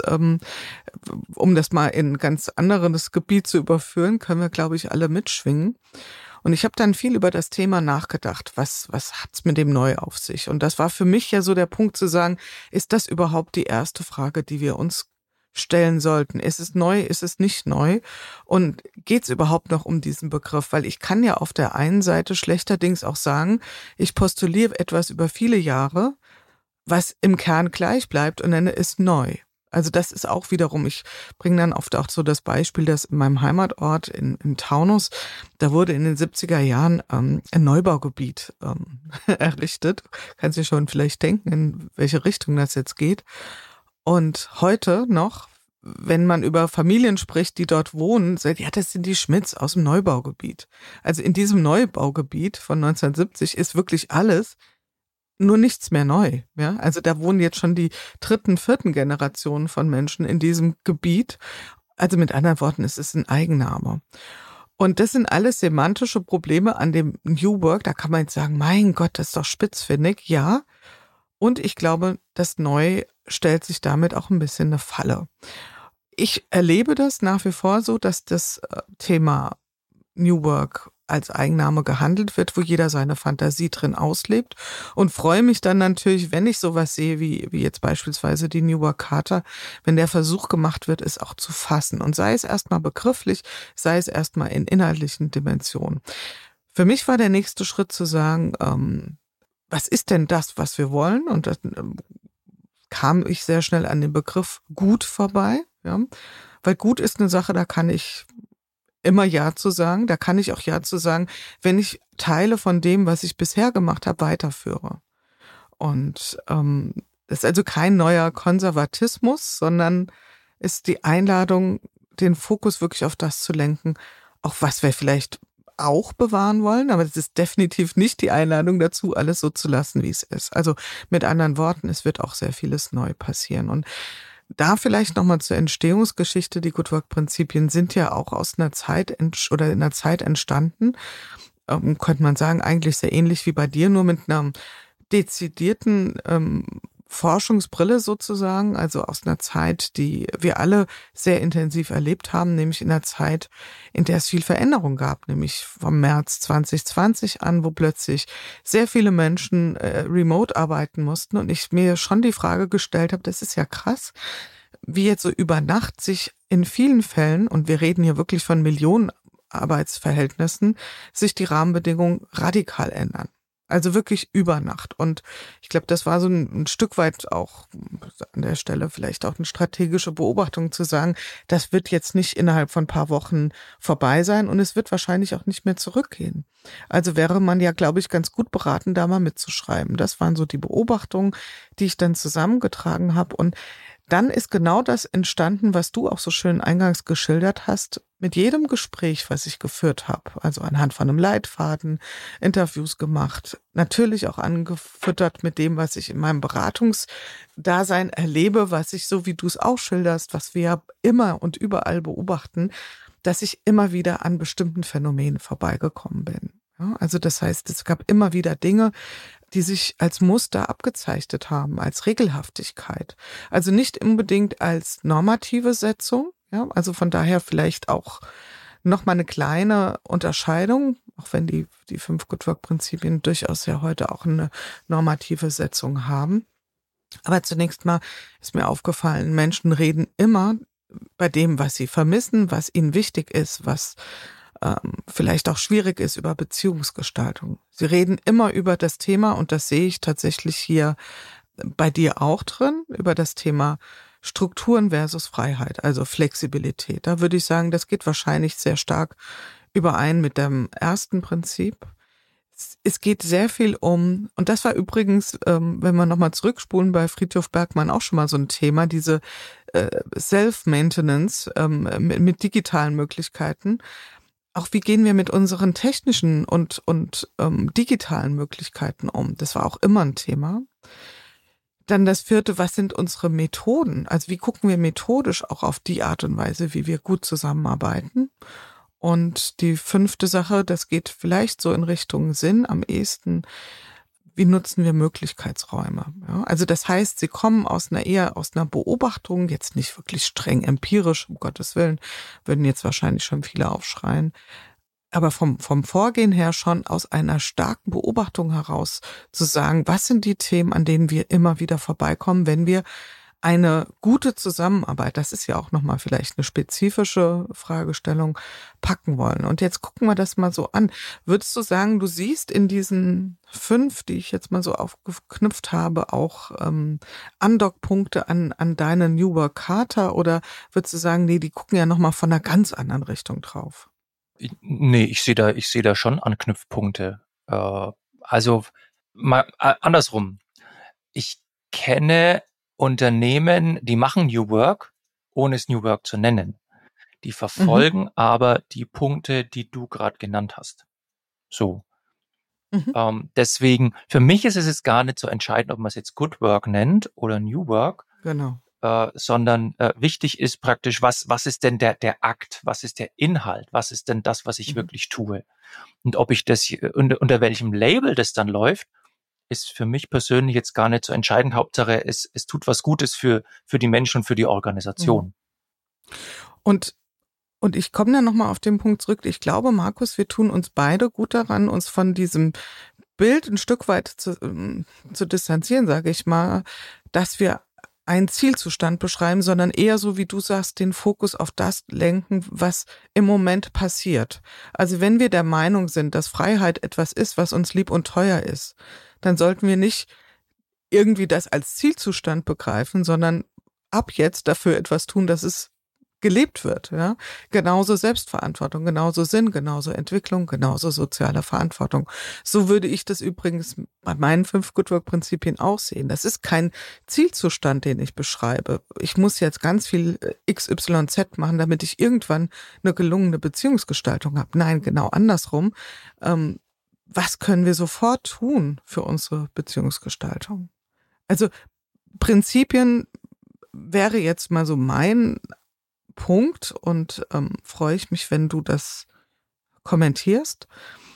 C: um das mal in ein ganz anderes Gebiet zu überführen, können wir, glaube ich, alle mitschwingen. Und ich habe dann viel über das Thema nachgedacht. Was hat's mit dem Neu auf sich? Und das war für mich ja so der Punkt zu sagen, ist das überhaupt die erste Frage, die wir uns stellen sollten? Ist es neu? Ist es nicht neu? Und geht's überhaupt noch um diesen Begriff? Weil ich kann ja auf der einen Seite schlechterdings auch sagen, ich postuliere etwas über viele Jahre, was im Kern gleich bleibt und nenne es neu. Also das ist auch wiederum, ich bringe dann oft auch so das Beispiel, dass in meinem Heimatort im Taunus, da wurde in den 70er Jahren ein Neubaugebiet errichtet. Kannst dir schon vielleicht denken, in welche Richtung das jetzt geht. Und heute noch, wenn man über Familien spricht, die dort wohnen, sagt, ja, das sind die Schmidts aus dem Neubaugebiet. Also in diesem Neubaugebiet von 1970 ist wirklich alles, nur nichts mehr neu. Ja, also da wohnen jetzt schon die 3., 4. Generationen von Menschen in diesem Gebiet. Also mit anderen Worten, es ist ein Eigenname. Und das sind alles semantische Probleme an dem New Work. Da kann man jetzt sagen, mein Gott, das ist doch spitzfindig. Ja. Und ich glaube, das Neu stellt sich damit auch ein bisschen eine Falle. Ich erlebe das nach wie vor so, dass das Thema New Work als Eigenname gehandelt wird, wo jeder seine Fantasie drin auslebt, und freue mich dann natürlich, wenn ich sowas sehe, wie jetzt beispielsweise die New Work Charta, wenn der Versuch gemacht wird, es auch zu fassen, und sei es erstmal begrifflich, sei es erstmal in inhaltlichen Dimensionen. Für mich war der nächste Schritt zu sagen, was ist denn das, was wir wollen? Und dann kam ich sehr schnell an den Begriff gut vorbei, ja, weil gut ist eine Sache, da kann ich immer Ja zu sagen. Da kann ich auch Ja zu sagen, wenn ich Teile von dem, was ich bisher gemacht habe, weiterführe. Und das ist also kein neuer Konservatismus, sondern ist die Einladung, den Fokus wirklich auf das zu lenken, auch was wir vielleicht auch bewahren wollen, aber das ist definitiv nicht die Einladung dazu, alles so zu lassen, wie es ist. Also mit anderen Worten, es wird auch sehr vieles neu passieren. Und da vielleicht nochmal zur Entstehungsgeschichte. Die Good Work-Prinzipien sind ja auch aus einer Zeit in einer Zeit entstanden, könnte man sagen, eigentlich sehr ähnlich wie bei dir, nur mit einer dezidierten Forschungsbrille sozusagen, also aus einer Zeit, die wir alle sehr intensiv erlebt haben, nämlich in einer Zeit, in der es viel Veränderung gab, nämlich vom März 2020 an, wo plötzlich sehr viele Menschen remote arbeiten mussten und ich mir schon die Frage gestellt habe, das ist ja krass, wie jetzt so über Nacht sich in vielen Fällen, und wir reden hier wirklich von Millionen Arbeitsverhältnissen, sich die Rahmenbedingungen radikal ändern. Also wirklich über Nacht. Und ich glaube, das war so ein Stück weit auch an der Stelle vielleicht auch eine strategische Beobachtung zu sagen, das wird jetzt nicht innerhalb von ein paar Wochen vorbei sein und es wird wahrscheinlich auch nicht mehr zurückgehen. Also wäre man ja, glaube ich, ganz gut beraten, da mal mitzuschreiben. Das waren so die Beobachtungen, die ich dann zusammengetragen habe. Und dann ist genau das entstanden, was du auch so schön eingangs geschildert hast, mit jedem Gespräch, was ich geführt habe, also anhand von einem Leitfaden, Interviews gemacht, natürlich auch angefüttert mit dem, was ich in meinem Beratungsdasein erlebe, was ich, so wie du es auch schilderst, was wir ja immer und überall beobachten, dass ich immer wieder an bestimmten Phänomenen vorbeigekommen bin. Ja, also das heißt, es gab immer wieder Dinge, die sich als Muster abgezeichnet haben, als Regelhaftigkeit. Also nicht unbedingt als normative Setzung. Ja, also von daher vielleicht auch nochmal eine kleine Unterscheidung, auch wenn die 5 Good Work-Prinzipien durchaus ja heute auch eine normative Setzung haben. Aber zunächst mal ist mir aufgefallen, Menschen reden immer bei dem, was sie vermissen, was ihnen wichtig ist, was vielleicht auch schwierig ist, über Beziehungsgestaltung. Sie reden immer über das Thema, und das sehe ich tatsächlich hier bei dir auch drin, über das Thema Strukturen versus Freiheit, also Flexibilität. Da würde ich sagen, das geht wahrscheinlich sehr stark überein mit dem ersten Prinzip. Es geht sehr viel um, und das war übrigens, wenn wir nochmal zurückspulen, bei Frithjof Bergmann auch schon mal so ein Thema, diese Self-Maintenance mit digitalen Möglichkeiten. Auch wie gehen wir mit unseren technischen und digitalen Möglichkeiten um? Das war auch immer ein Thema. Dann das 4., was sind unsere Methoden? Also wie gucken wir methodisch auch auf die Art und Weise, wie wir gut zusammenarbeiten? Und die 5. Sache, das geht vielleicht so in Richtung Sinn am ehesten, wie nutzen wir Möglichkeitsräume? Ja, also das heißt, sie kommen eher aus einer Beobachtung, jetzt nicht wirklich streng empirisch, um Gottes Willen, würden jetzt wahrscheinlich schon viele aufschreien, aber vom Vorgehen her schon aus einer starken Beobachtung heraus zu sagen, was sind die Themen, an denen wir immer wieder vorbeikommen, wenn wir eine gute Zusammenarbeit, das ist ja auch nochmal vielleicht eine spezifische Fragestellung, packen wollen. Und jetzt gucken wir das mal so an. Würdest du sagen, du siehst in diesen 5, die ich jetzt mal so aufgeknüpft habe, auch Andockpunkte an deine New Work Charta, oder würdest du sagen, nee, die gucken ja nochmal von einer ganz anderen Richtung drauf?
A: Nee, ich sehe da schon Anknüpfpunkte. Also mal andersrum. Ich kenne Unternehmen, die machen New Work, ohne es New Work zu nennen. Die
C: Mhm.
A: verfolgen aber die Punkte, die du gerade genannt hast. So.
C: Mhm.
A: Deswegen, für mich ist es jetzt gar nicht so entscheidend, ob man es jetzt Good Work nennt oder New Work,
C: Genau.
A: sondern wichtig ist praktisch, was ist denn der Akt, was ist der Inhalt, was ist denn das, was ich
C: Mhm.
A: wirklich tue? Und ob ich das unter welchem Label das dann läuft, ist für mich persönlich jetzt gar nicht so entscheidend. Hauptsache, es tut was Gutes für die Menschen und für die
C: Mhm.
A: Organisation.
C: Und ich komme dann nochmal auf den Punkt zurück. Ich glaube, Markus, wir tun uns beide gut daran, uns von diesem Bild ein Stück weit zu distanzieren, sage ich mal, dass wir einen Zielzustand beschreiben, sondern eher so, wie du sagst, den Fokus auf das lenken, was im Moment passiert. Also wenn wir der Meinung sind, dass Freiheit etwas ist, was uns lieb und teuer ist, dann sollten wir nicht irgendwie das als Zielzustand begreifen, sondern ab jetzt dafür etwas tun, dass es gelebt wird, ja. Genauso Selbstverantwortung, genauso Sinn, genauso Entwicklung, genauso soziale Verantwortung. So würde ich das übrigens bei meinen 5 Good Work Prinzipien auch sehen. Das ist kein Zielzustand, den ich beschreibe. Ich muss jetzt ganz viel XYZ machen, damit ich irgendwann eine gelungene Beziehungsgestaltung habe. Nein, genau andersrum. Was können wir sofort tun für unsere Beziehungsgestaltung? Also Prinzipien wäre jetzt mal so mein Punkt, und freue ich mich, wenn du das kommentierst,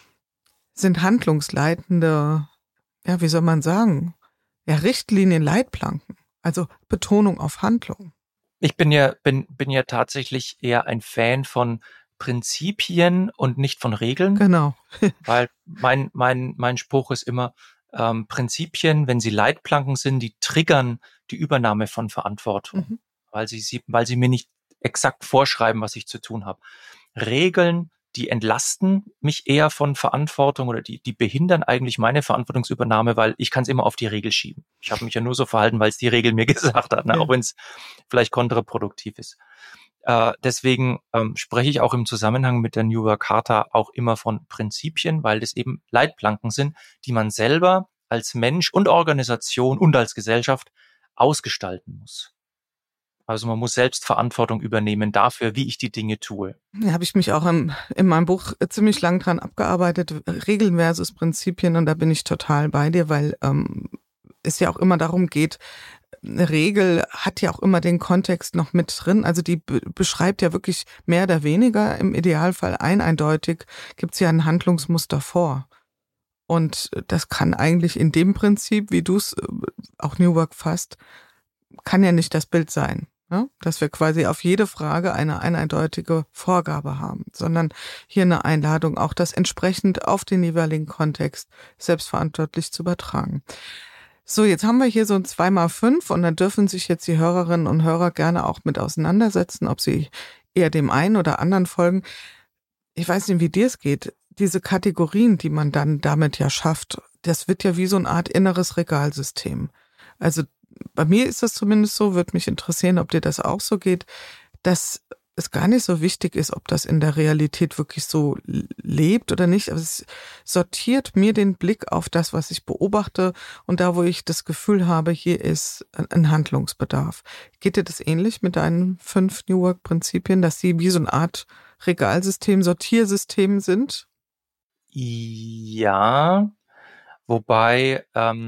C: sind handlungsleitende, ja, wie soll man sagen, ja, Richtlinien, Leitplanken, also Betonung auf Handlung.
A: Ich bin ja tatsächlich eher ein Fan von Prinzipien und nicht von Regeln,
C: Genau.
A: weil mein Spruch ist immer, Prinzipien, wenn sie Leitplanken sind, die triggern die Übernahme von Verantwortung,
C: Mhm.
A: weil sie mir nicht exakt vorschreiben, was ich zu tun habe. Regeln, die entlasten mich eher von Verantwortung, oder die behindern eigentlich meine Verantwortungsübernahme, weil ich kann es immer auf die Regel schieben. Ich habe mich ja nur so verhalten, weil es die Regel mir gesagt hat, ne? Auch
C: Ja.
A: wenn es vielleicht kontraproduktiv ist. Deswegen spreche ich auch im Zusammenhang mit der New Work Charta auch immer von Prinzipien, weil das eben Leitplanken sind, die man selber als Mensch und Organisation und als Gesellschaft ausgestalten muss. Also man muss selbst Verantwortung übernehmen dafür, wie ich die Dinge tue.
C: Da habe ich mich auch in meinem Buch ziemlich lang dran abgearbeitet, Regeln versus Prinzipien, und da bin ich total bei dir, weil es ja auch immer darum geht, eine Regel hat ja auch immer den Kontext noch mit drin. Also die beschreibt ja wirklich mehr oder weniger, im Idealfall eindeutig, gibt es ja ein Handlungsmuster vor. Und das kann eigentlich in dem Prinzip, wie du es auch New Work fasst, kann ja nicht das Bild sein. Ne? Dass wir quasi auf jede Frage eine eindeutige Vorgabe haben, sondern hier eine Einladung, auch das entsprechend auf den jeweiligen Kontext selbstverantwortlich zu übertragen. So, jetzt haben wir hier so ein 2x5, und dann dürfen sich jetzt die Hörerinnen und Hörer gerne auch mit auseinandersetzen, ob sie eher dem einen oder anderen folgen. Ich weiß nicht, wie dir es geht. Diese Kategorien, die man dann damit ja schafft, das wird ja wie so eine Art inneres Regalsystem. Also bei mir ist das zumindest so, würde mich interessieren, ob dir das auch so geht, dass es gar nicht so wichtig ist, ob das in der Realität wirklich so lebt oder nicht. Aber es sortiert mir den Blick auf das, was ich beobachte, und da, wo ich das Gefühl habe, hier ist ein Handlungsbedarf. Geht dir das ähnlich mit deinen 5 New Work-Prinzipien, dass sie wie so eine Art Regalsystem, Sortiersystem sind?
A: Ja, wobei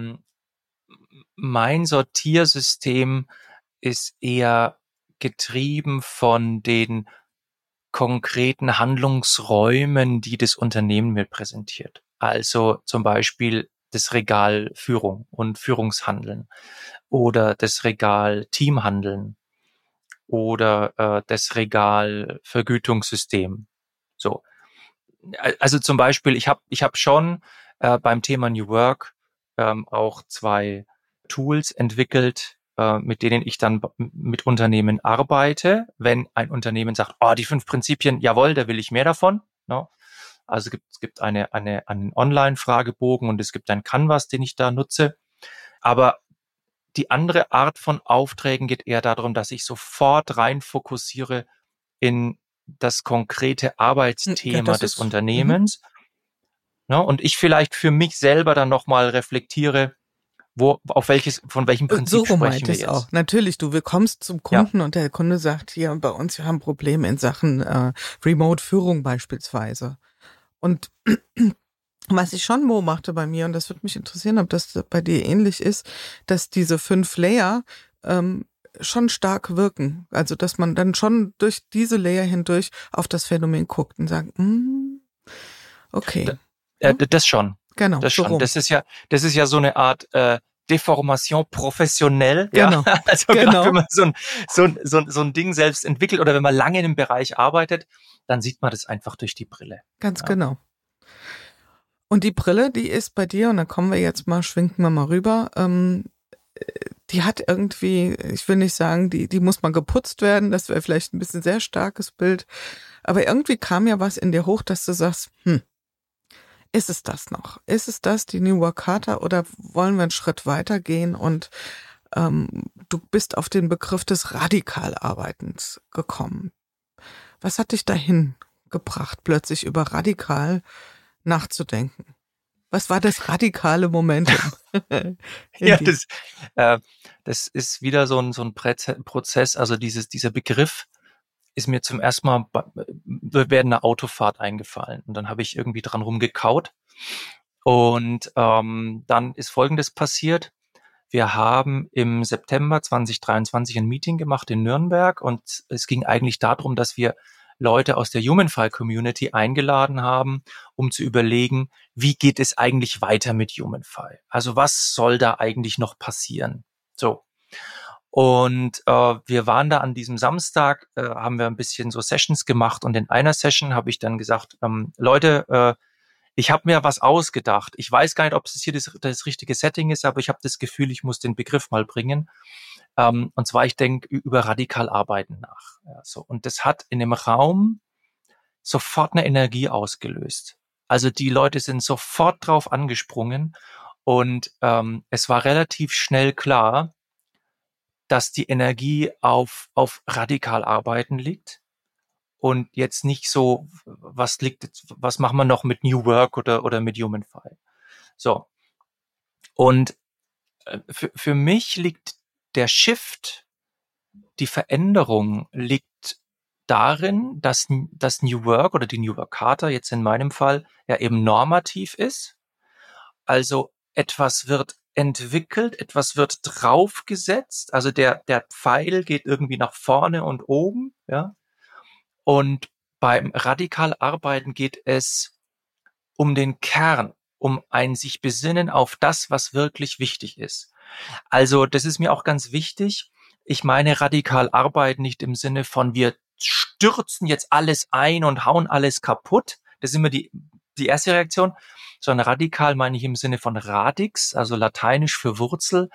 A: mein Sortiersystem ist eher getrieben von den konkreten Handlungsräumen, die das Unternehmen mir präsentiert. Also zum Beispiel das Regal Führung und Führungshandeln oder das Regal Teamhandeln oder das Regal Vergütungssystem. So. Also zum Beispiel, ich hab schon beim Thema New Work auch 2 Tools entwickelt, mit denen ich dann mit Unternehmen arbeite. Wenn ein Unternehmen sagt, die 5 Prinzipien, jawohl, da will ich mehr davon. No? Also es gibt einen Online-Fragebogen und es gibt einen Canvas, den ich da nutze. Aber die andere Art von Aufträgen geht eher darum, dass ich sofort rein fokussiere in das konkrete Arbeitsthema des Unternehmens. Ja, und ich vielleicht für mich selber dann nochmal reflektiere, von welchem Prinzip
C: so
A: sprechen wir
C: jetzt
A: jetzt.
C: auch. Natürlich, du kommst zum Kunden und der Kunde sagt, hier bei uns, wir haben Probleme in Sachen Remote-Führung beispielsweise. Und was ich schon beobachte bei mir, und das würde mich interessieren, ob das bei dir ähnlich ist, dass diese 5 Layer schon stark wirken. Also, dass man dann schon durch diese Layer hindurch auf das Phänomen guckt und sagt, okay.
A: Das schon.
C: Genau.
A: Das schon. Das ist ja so eine Art Deformation professionell.
C: Genau.
A: Ja? Also gerade wenn man so ein Ding selbst entwickelt oder wenn man lange in einem Bereich arbeitet, dann sieht man das einfach durch die Brille.
C: Ganz genau. Und die Brille, die ist bei dir, und dann schwenken wir mal rüber, die hat irgendwie, ich will nicht sagen, die muss mal geputzt werden, das wäre vielleicht ein bisschen sehr starkes Bild, aber irgendwie kam ja was in dir hoch, dass du sagst, ist es das noch? Ist es das, die New Work Charta, oder wollen wir einen Schritt weiter gehen und du bist auf den Begriff des Radikalarbeitens gekommen. Was hat dich dahin gebracht, plötzlich über radikal nachzudenken? Was war das radikale Momentum?
A: Ja, das ist wieder so ein Prozess. Also dieser Begriff ist mir zum ersten Mal während einer Autofahrt eingefallen. Und dann habe ich irgendwie dran rumgekaut. Und dann ist Folgendes passiert. Wir haben im September 2023 ein Meeting gemacht in Nürnberg und es ging eigentlich darum, dass wir Leute aus der HumanFi Community eingeladen haben, um zu überlegen, wie geht es eigentlich weiter mit HumanFi? Also was soll da eigentlich noch passieren? So. Und wir waren da an diesem Samstag, haben wir ein bisschen so Sessions gemacht und in einer Session habe ich dann gesagt, Leute, ich habe mir was ausgedacht. Ich weiß gar nicht, ob es hier das richtige Setting ist, aber ich habe das Gefühl, ich muss den Begriff mal bringen. Und zwar, ich denke über radikal arbeiten nach. Ja, so. Und das hat in dem Raum sofort eine Energie ausgelöst. Also die Leute sind sofort drauf angesprungen und es war relativ schnell klar, dass die Energie auf radikal arbeiten liegt. Und jetzt nicht so, was machen wir noch mit New Work oder mit HumanFi? So. Und für mich liegt der Shift, die Veränderung liegt darin, dass das New Work oder die New Work Charta jetzt in meinem Fall ja eben normativ ist. Also etwas wird entwickelt, etwas wird draufgesetzt. Also der Pfeil geht irgendwie nach vorne und oben, ja. Und beim radikal Arbeiten geht es um den Kern, um ein sich besinnen auf das, was wirklich wichtig ist. Also das ist mir auch ganz wichtig. Ich meine radikal Arbeiten nicht im Sinne von wir stürzen jetzt alles ein und hauen alles kaputt. Das ist immer die erste Reaktion. Sondern radikal meine ich im Sinne von radix, also lateinisch für Wurzel.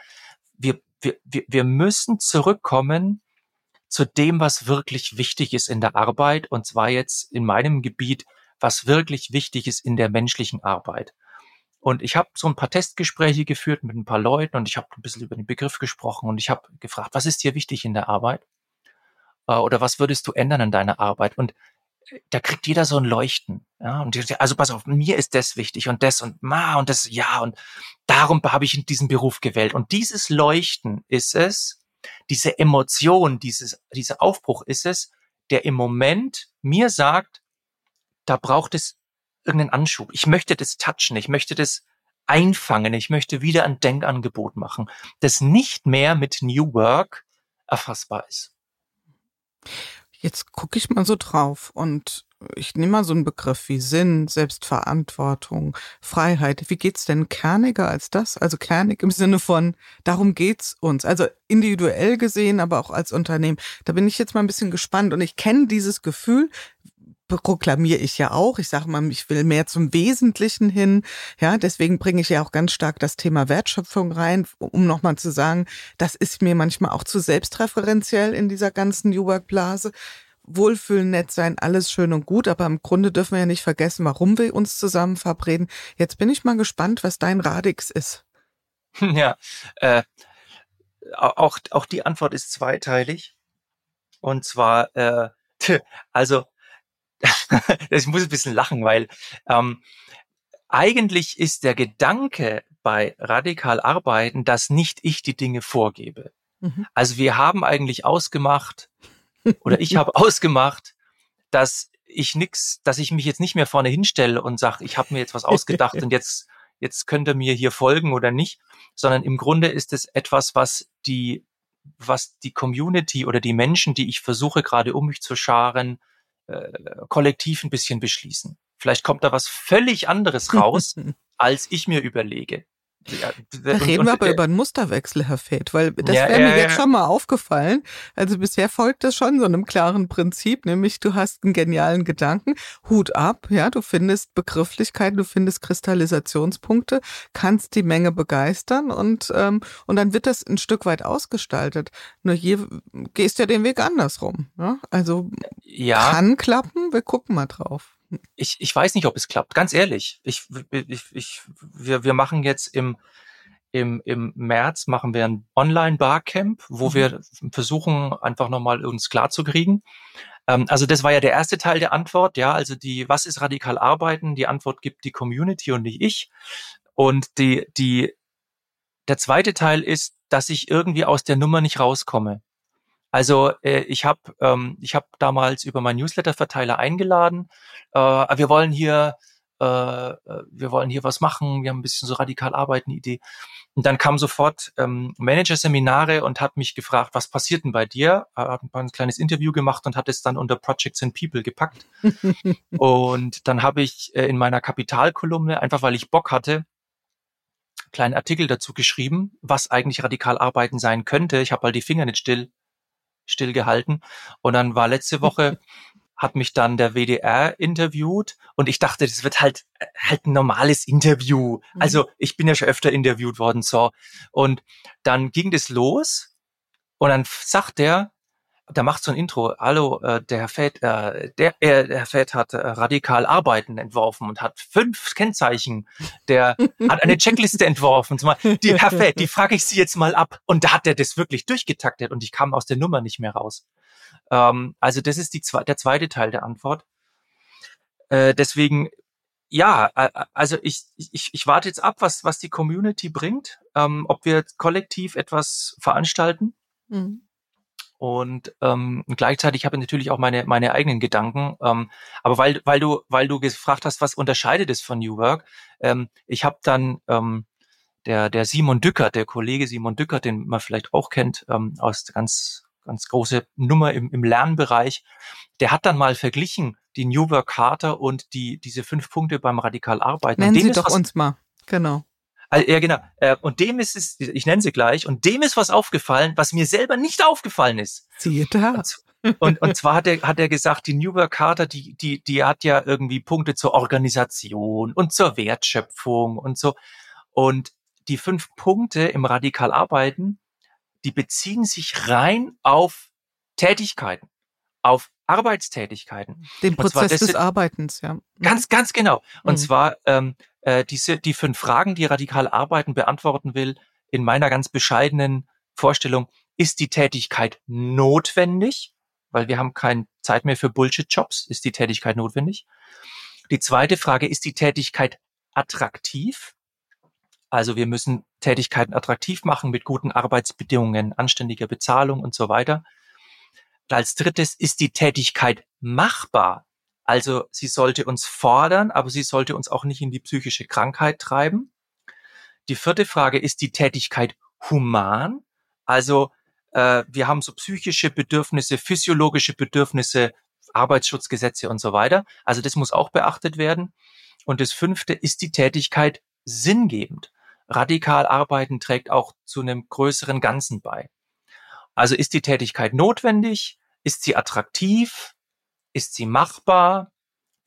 A: Wir müssen zurückkommen zu dem, was wirklich wichtig ist in der Arbeit, und zwar jetzt in meinem Gebiet, was wirklich wichtig ist in der menschlichen Arbeit. Und ich habe so ein paar Testgespräche geführt mit ein paar Leuten und ich habe ein bisschen über den Begriff gesprochen und ich habe gefragt, was ist dir wichtig in der Arbeit? Oder was würdest du ändern an deiner Arbeit? Und da kriegt jeder so ein Leuchten. Ja? Und also pass auf, mir ist das wichtig und das, und ja, und darum habe ich diesen Beruf gewählt. Und dieses Leuchten ist es, diese Emotion, dieser Aufbruch ist es, der im Moment mir sagt, da braucht es irgendeinen Anschub. Ich möchte das touchen, ich möchte das einfangen, ich möchte wieder ein Denkangebot machen, das nicht mehr mit New Work erfassbar ist.
C: Jetzt gucke ich mal so drauf und ich nehme mal so einen Begriff wie Sinn, Selbstverantwortung, Freiheit. Wie geht's denn kerniger als das? Also kernig im Sinne von, darum geht's uns. Also individuell gesehen, aber auch als Unternehmen. Da bin ich jetzt mal ein bisschen gespannt und ich kenne dieses Gefühl, proklamiere ich ja auch. Ich sage mal, ich will mehr zum Wesentlichen hin. Ja, deswegen bringe ich ja auch ganz stark das Thema Wertschöpfung rein, um nochmal zu sagen, das ist mir manchmal auch zu selbstreferenziell in dieser ganzen New Work-Blase. Wohlfühlen, nett sein, alles schön und gut, aber im Grunde dürfen wir ja nicht vergessen, warum wir uns zusammen verabreden. Jetzt bin ich mal gespannt, was dein Radix ist.
A: Ja, auch die Antwort ist zweiteilig. Und zwar, also, ich muss ein bisschen lachen, weil eigentlich ist der Gedanke bei radikal arbeiten, dass nicht ich die Dinge vorgebe. Also wir haben eigentlich ausgemacht, oder ich habe ausgemacht, dass ich mich jetzt nicht mehr vorne hinstelle und sage, ich habe mir jetzt was ausgedacht und jetzt könnt ihr mir hier folgen oder nicht, sondern im Grunde ist es etwas, was die Community oder die Menschen, die ich versuche gerade um mich zu scharen, kollektiv ein bisschen beschließen. Vielleicht kommt da was völlig anderes raus, als ich mir überlege. Ja,
C: da reden wir aber über einen Musterwechsel, Herr Feth, weil das wäre mir jetzt schon mal aufgefallen. Also bisher folgt das schon so einem klaren Prinzip, nämlich du hast einen genialen Gedanken, Hut ab, ja, du findest Begrifflichkeiten, du findest Kristallisationspunkte, kannst die Menge begeistern und dann wird das ein Stück weit ausgestaltet. Nur hier gehst du ja den Weg andersrum. Ja? Also kann klappen, wir gucken mal drauf.
A: Ich weiß nicht, ob es klappt. Ganz ehrlich. Wir machen jetzt im März machen wir ein Online-Barcamp, wo wir versuchen, einfach nochmal uns klar zu kriegen. Also das war ja der erste Teil der Antwort. Ja, also was ist radikal arbeiten? Die Antwort gibt die Community und nicht ich. Und der zweite Teil ist, dass ich irgendwie aus der Nummer nicht rauskomme. Also ich habe damals über meinen Newsletter-Verteiler eingeladen. Wir wollen hier was machen. Wir haben ein bisschen so radikal arbeiten Idee. Und dann kam sofort Manager-Seminare und hat mich gefragt, was passiert denn bei dir? Hat ein kleines Interview gemacht und hat es dann unter Projects and People gepackt. Und dann habe ich in meiner Kapitalkolumne, einfach weil ich Bock hatte, einen kleinen Artikel dazu geschrieben, was eigentlich radikal arbeiten sein könnte. Ich habe halt die Finger nicht still gehalten. Und dann war letzte Woche, hat mich dann der WDR interviewt und ich dachte, das wird halt ein normales Interview. Also ich bin ja schon öfter interviewt worden, so. Und dann ging das los und dann sagt der macht so ein Intro. Hallo, der Herr Feth, der Herr Feth hat radikal arbeiten entworfen und hat 5 Kennzeichen. Der hat eine Checkliste entworfen. Herr Feth, die frage ich Sie jetzt mal ab. Und da hat er das wirklich durchgetaktet und ich kam aus der Nummer nicht mehr raus. Also das ist der zweite Teil der Antwort. Deswegen, ja, also ich warte jetzt ab, was die Community bringt, ob wir kollektiv etwas veranstalten. Und gleichzeitig habe ich natürlich auch meine eigenen Gedanken. Aber weil du gefragt hast, was unterscheidet es von New Work, ich habe dann der Simon Dückert, der Kollege Simon Dückert, den man vielleicht auch kennt, aus ganz große Nummer im Lernbereich, der hat dann mal verglichen die New Work Charta und diese 5 Punkte beim radikal arbeiten.
C: Nennen Sie doch uns mal, genau.
A: Ja, genau. Und dem ist es, ich nenne sie gleich, und dem ist was aufgefallen, was mir selber nicht aufgefallen ist.
C: Siehe da.
A: Und zwar hat er gesagt, die New Work Charta, die hat ja irgendwie Punkte zur Organisation und zur Wertschöpfung und so. Und die 5 Punkte im radikal Arbeiten, die beziehen sich rein auf Tätigkeiten, auf Arbeitstätigkeiten.
C: Den Prozess des Arbeitens, ja.
A: Ganz genau. Und zwar die 5 Fragen, die radikal arbeiten beantworten will, in meiner ganz bescheidenen Vorstellung, ist die Tätigkeit notwendig? Weil wir haben keine Zeit mehr für Bullshit-Jobs. Ist die Tätigkeit notwendig? Die zweite Frage, ist die Tätigkeit attraktiv? Also wir müssen Tätigkeiten attraktiv machen mit guten Arbeitsbedingungen, anständiger Bezahlung und so weiter. Als drittes, ist die Tätigkeit machbar? Also sie sollte uns fordern, aber sie sollte uns auch nicht in die psychische Krankheit treiben. Die 4. Frage, ist die Tätigkeit human? Also wir haben so psychische Bedürfnisse, physiologische Bedürfnisse, Arbeitsschutzgesetze und so weiter. Also das muss auch beachtet werden. Und das 5. ist die Tätigkeit sinngebend. Radikal arbeiten trägt auch zu einem größeren Ganzen bei. Also ist die Tätigkeit notwendig? Ist sie attraktiv? Ist sie machbar?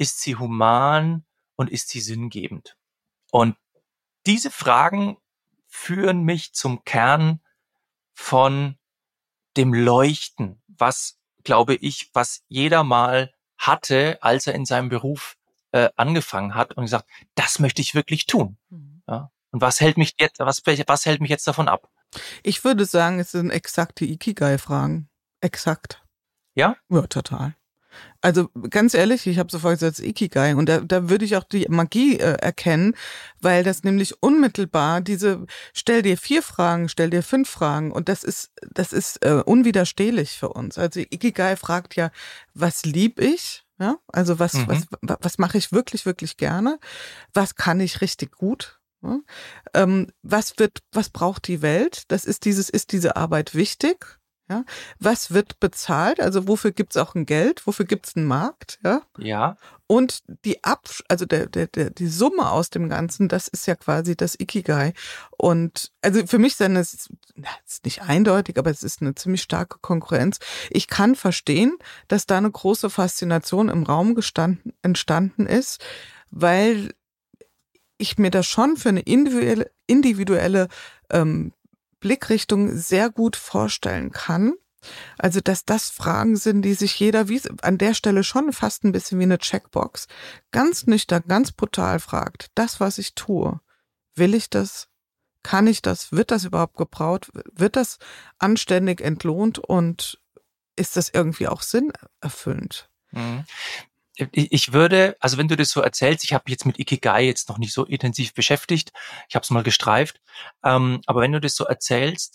A: ist sie human und ist sie sinngebend? Und diese Fragen führen mich zum Kern von dem Leuchten, was, glaube ich, was jeder mal hatte, als er in seinem Beruf angefangen hat und gesagt, das möchte ich wirklich tun. Ja? Und was hält mich jetzt davon ab?
C: Ich würde sagen, es sind exakte Ikigai-Fragen. Exakt.
A: Ja?
C: Ja, total. Also ganz ehrlich, ich habe sofort gesagt Ikigai und da würde ich auch die Magie erkennen, weil das nämlich unmittelbar stell dir 4 Fragen, stell dir 5 Fragen und das ist unwiderstehlich für uns. Also Ikigai fragt ja, was lieb ich? Ja, also was mache ich wirklich, wirklich gerne? Was kann ich richtig gut? Ja? Was braucht die Welt? Ist diese Arbeit wichtig? Ja, was wird bezahlt? Also wofür gibt's auch ein Geld? Wofür gibt's einen Markt? Ja.
A: Ja.
C: Und die Summe aus dem Ganzen, das ist ja quasi das Ikigai. Und also für mich ist nicht eindeutig, aber es ist eine ziemlich starke Konkurrenz. Ich kann verstehen, dass da eine große Faszination im Raum entstanden ist, weil ich mir das schon für eine individuelle Blickrichtung sehr gut vorstellen kann. Also, dass das Fragen sind, die sich jeder an der Stelle schon fast ein bisschen wie eine Checkbox ganz nüchtern, ganz brutal fragt. Das, was ich tue, will ich das? Kann ich das? Wird das überhaupt gebraucht? Wird das anständig entlohnt? Und ist das irgendwie auch sinnerfüllend?
A: Mhm. Ich würde, also wenn du das so erzählst, ich habe jetzt mit Ikigai jetzt noch nicht so intensiv beschäftigt, ich habe es mal gestreift, aber wenn du das so erzählst,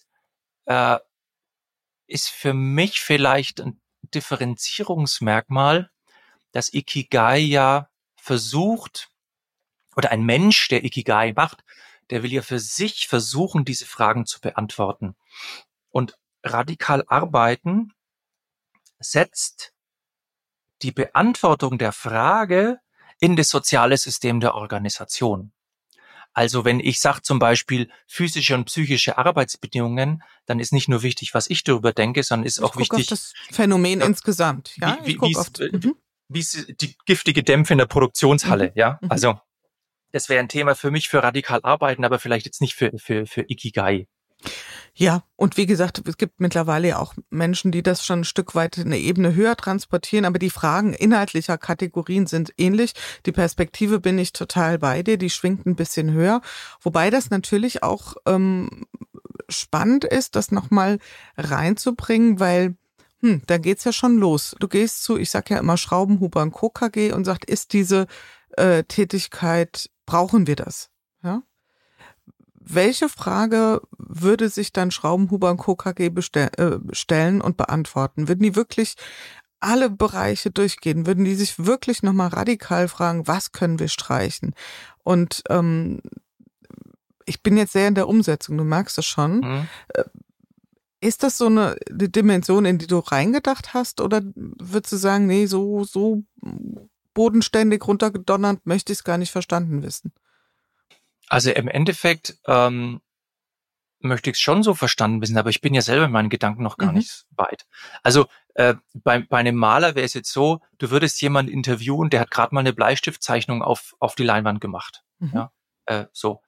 A: ist für mich vielleicht ein Differenzierungsmerkmal, dass Ikigai ja versucht, oder ein Mensch, der Ikigai macht, der will ja für sich versuchen, diese Fragen zu beantworten. Und radikal arbeiten setzt die Beantwortung der Frage in das soziale System der Organisation. Also wenn ich sage zum Beispiel physische und psychische Arbeitsbedingungen, dann ist nicht nur wichtig, was ich darüber denke, sondern ist auch wichtig.
C: Ich gucke auf das Phänomen insgesamt. Ja,
A: wie ist die giftige Dämpfe in der Produktionshalle. Ja, also das wäre ein Thema für mich für radikal arbeiten, aber vielleicht jetzt nicht für Ikigai.
C: Ja, und wie gesagt, es gibt mittlerweile ja auch Menschen, die das schon ein Stück weit eine Ebene höher transportieren, aber die Fragen inhaltlicher Kategorien sind ähnlich. Die Perspektive bin ich total bei dir, die schwingt ein bisschen höher, wobei das natürlich auch spannend ist, das nochmal reinzubringen, weil da geht's ja schon los. Du gehst zu, ich sag ja immer Schraubenhuber & Co. KG und sagt, ist diese Tätigkeit, brauchen wir das? Ja? Welche Frage würde sich dann Schraubenhuber & Co. KG stellen und beantworten? Würden die wirklich alle Bereiche durchgehen? Würden die sich wirklich nochmal radikal fragen, was können wir streichen? Und ich bin jetzt sehr in der Umsetzung, du merkst das schon. Ist das so eine Dimension, in die du reingedacht hast? Oder würdest du sagen, nee, so bodenständig runtergedonnert möchte ich es gar nicht verstanden wissen?
A: Also im Endeffekt möchte ich es schon so verstanden wissen, aber ich bin ja selber in meinen Gedanken noch gar nicht weit. Also bei einem Maler wäre es jetzt so, du würdest jemanden interviewen, der hat gerade mal eine Bleistiftzeichnung auf die Leinwand gemacht. Ja, so.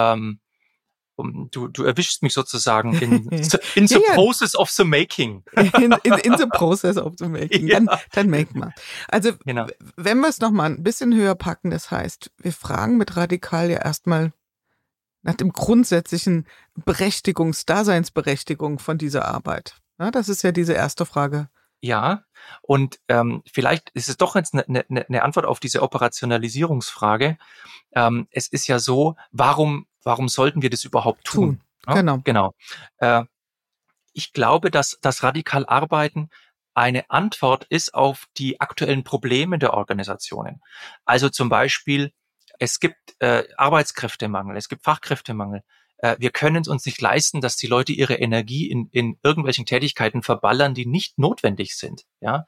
A: Du erwischst mich sozusagen in the process of the making.
C: In the process of the making. Dann make mal. Also
A: genau.
C: Wenn wir es nochmal ein bisschen höher packen, das heißt, wir fragen mit radikal ja erstmal nach dem grundsätzlichen Daseinsberechtigung von dieser Arbeit. Ja, das ist ja diese erste Frage.
A: Ja, und vielleicht ist es doch jetzt eine Antwort auf diese Operationalisierungsfrage. Es ist ja so, warum sollten wir das überhaupt tun? Ja? Genau. Ich glaube, dass das radikal Arbeiten eine Antwort ist auf die aktuellen Probleme der Organisationen. Also zum Beispiel, es gibt Arbeitskräftemangel, es gibt Fachkräftemangel. Wir können es uns nicht leisten, dass die Leute ihre Energie in irgendwelchen Tätigkeiten verballern, die nicht notwendig sind. Ja,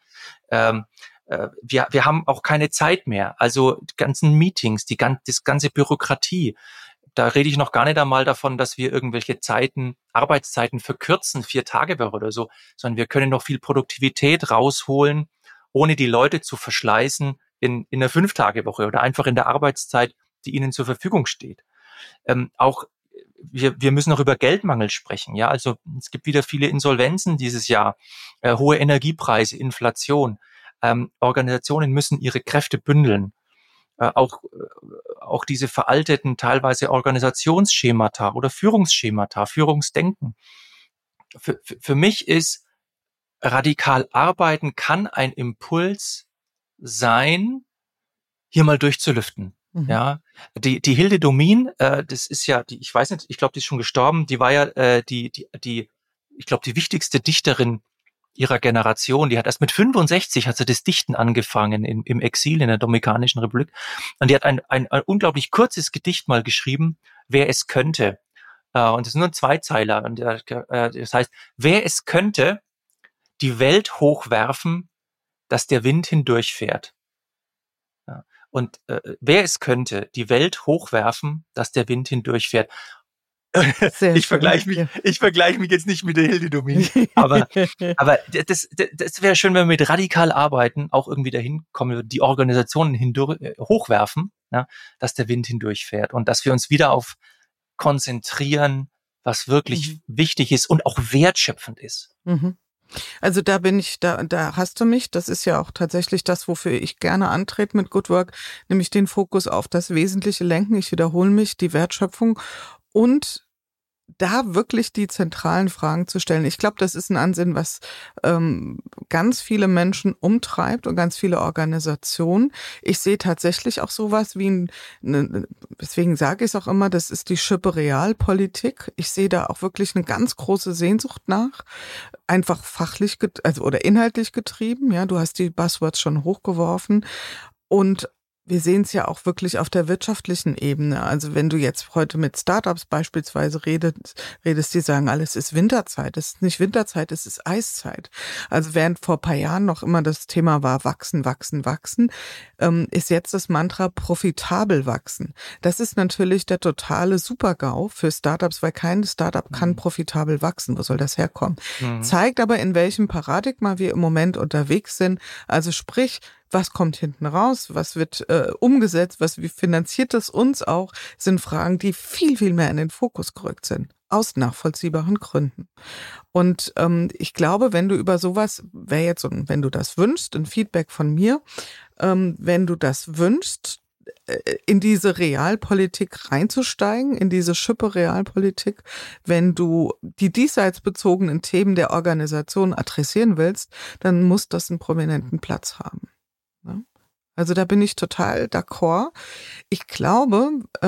A: wir haben auch keine Zeit mehr. Also die ganzen Meetings, das ganze Bürokratie. Da rede ich noch gar nicht einmal davon, dass wir irgendwelche Arbeitszeiten verkürzen, 4-Tage-Woche oder so, sondern wir können noch viel Produktivität rausholen, ohne die Leute zu verschleißen, in einer 5-Tage-Woche oder einfach in der Arbeitszeit, die ihnen zur Verfügung steht. Auch wir müssen auch über Geldmangel sprechen. Ja, also es gibt wieder viele Insolvenzen dieses Jahr, hohe Energiepreise, Inflation. Organisationen müssen ihre Kräfte bündeln. Auch diese veralteten teilweise Organisationsschemata oder Führungsschemata, Führungsdenken. Für mich ist radikal arbeiten kann ein Impuls sein, hier mal durchzulüften.
C: Mhm.
A: Ja, die Hilde Domin, das ist ja, ich weiß nicht, ich glaube, die ist schon gestorben. Die war ja ich glaube, die wichtigste Dichterin ihrer Generation. Die hat erst mit 65 hat sie das Dichten angefangen im Exil in der Dominikanischen Republik. Und die hat ein unglaublich kurzes Gedicht mal geschrieben, wer es könnte. Und das sind nur ein Zweizeiler. Und das heißt, wer es könnte, die Welt hochwerfen, dass der Wind hindurchfährt. Ja. Und wer es könnte, die Welt hochwerfen, dass der Wind hindurchfährt. Ich vergleiche mich jetzt nicht mit der Hilde Domin, aber das wäre schön, wenn wir mit radikal arbeiten auch irgendwie dahin kommen, die Organisationen hochwerfen, ja, dass der Wind hindurchfährt und dass wir uns wieder auf konzentrieren, was wirklich wichtig ist und auch wertschöpfend ist.
C: Mhm. Also da hast du mich, das ist ja auch tatsächlich das, wofür ich gerne antrete mit Good Work, nämlich den Fokus auf das Wesentliche lenken, ich wiederhole mich, die Wertschöpfung und da wirklich die zentralen Fragen zu stellen. Ich glaube, das ist ein Ansinnen, was ganz viele Menschen umtreibt und ganz viele Organisationen. Ich sehe tatsächlich auch sowas wie deswegen sage ich es auch immer, das ist die Schippe Realpolitik. Ich sehe da auch wirklich eine ganz große Sehnsucht nach, einfach fachlich, oder inhaltlich getrieben. Ja, du hast die Buzzwords schon hochgeworfen und wir sehen es ja auch wirklich auf der wirtschaftlichen Ebene. Also wenn du jetzt heute mit Startups beispielsweise redest, die sagen, alles ist Winterzeit. Es ist nicht Winterzeit, es ist Eiszeit. Also während vor ein paar Jahren noch immer das Thema war wachsen, wachsen, wachsen, ist jetzt das Mantra profitabel wachsen. Das ist natürlich der totale Super-GAU für Startups, weil kein Startup kann profitabel wachsen. Wo soll das herkommen? Zeigt aber, in welchem Paradigma wir im Moment unterwegs sind. Also sprich, was kommt hinten raus? Was wird umgesetzt? Wie finanziert das uns auch? Sind Fragen, die viel, viel mehr in den Fokus gerückt sind. Aus nachvollziehbaren Gründen. Und ich glaube, wenn du über sowas, wenn du das wünschst, ein Feedback von mir, wenn du das wünschst, in diese Realpolitik reinzusteigen, in diese Schippe Realpolitik, wenn du die diesseitsbezogenen Themen der Organisation adressieren willst, dann muss das einen prominenten Platz haben. Also da bin ich total d'accord. Ich glaube,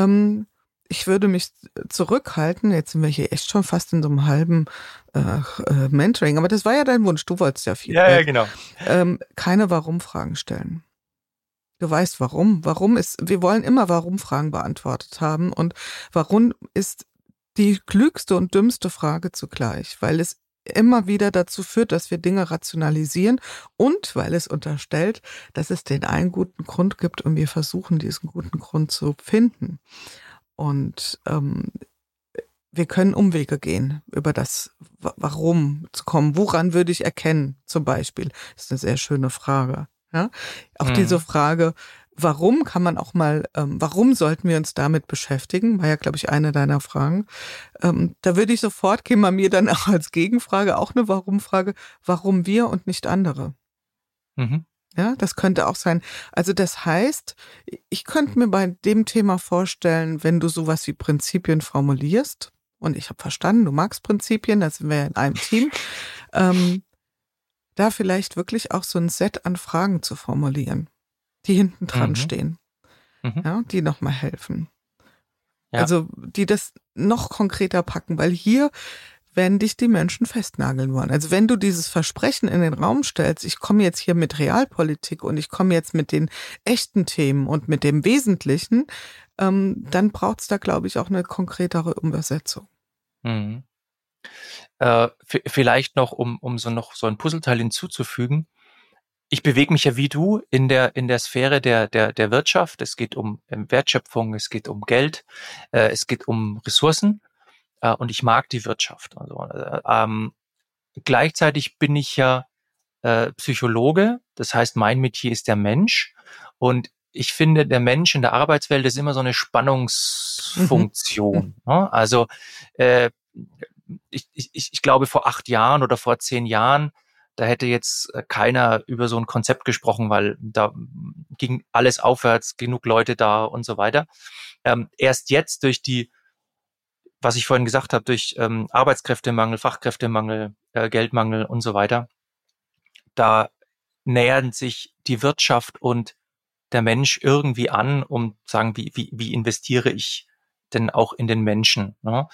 C: ich würde mich zurückhalten. Jetzt sind wir hier echt schon fast in so einem halben Mentoring. Aber das war ja dein Wunsch. Du wolltest ja viel.
A: Ja, genau.
C: Keine Warum-Fragen stellen. Du weißt warum. Wir wollen immer Warum-Fragen beantwortet haben. Und warum ist die klügste und dümmste Frage zugleich, weil es immer wieder dazu führt, dass wir Dinge rationalisieren und weil es unterstellt, dass es den einen guten Grund gibt und wir versuchen, diesen guten Grund zu finden. Und wir können Umwege gehen, über das Warum zu kommen. Woran würde ich erkennen, zum Beispiel? Das ist eine sehr schöne Frage. Ja? Auch diese Frage, warum kann man auch mal, warum sollten wir uns damit beschäftigen? War ja, glaube ich, eine deiner Fragen. Da würde ich sofort, käme mir dann auch als Gegenfrage auch eine Warum-Frage, warum wir und nicht andere? Ja, das könnte auch sein. Also das heißt, ich könnte mir bei dem Thema vorstellen, wenn du sowas wie Prinzipien formulierst, und ich habe verstanden, du magst Prinzipien, da sind wir ja in einem Team, da vielleicht wirklich auch so ein Set an Fragen zu formulieren, die hinten dran stehen, ja, die nochmal helfen. Ja. Also die das noch konkreter packen, weil hier werden dich die Menschen festnageln wollen. Also wenn du dieses Versprechen in den Raum stellst, ich komme jetzt hier mit Realpolitik und ich komme jetzt mit den echten Themen und mit dem Wesentlichen, dann braucht es da, glaube ich, auch eine konkretere Übersetzung.
A: Vielleicht noch, um so ein Puzzleteil hinzuzufügen. Ich bewege mich ja wie du in der Sphäre der Wirtschaft. Es geht um Wertschöpfung, es geht um Geld, es geht um Ressourcen. Und ich mag die Wirtschaft. Also, gleichzeitig bin ich ja Psychologe. Das heißt, mein Metier ist der Mensch. Und ich finde, der Mensch in der Arbeitswelt ist immer so eine Spannungsfunktion. Ne? Also ich glaube, vor 8 Jahren oder vor 10 Jahren, da hätte jetzt keiner über so ein Konzept gesprochen, weil da ging alles aufwärts, genug Leute da und so weiter. Erst jetzt durch was ich vorhin gesagt habe, durch Arbeitskräftemangel, Fachkräftemangel, Geldmangel und so weiter, da nähern sich die Wirtschaft und der Mensch irgendwie an, um zu sagen, wie investiere ich denn auch in den Menschen? Ne?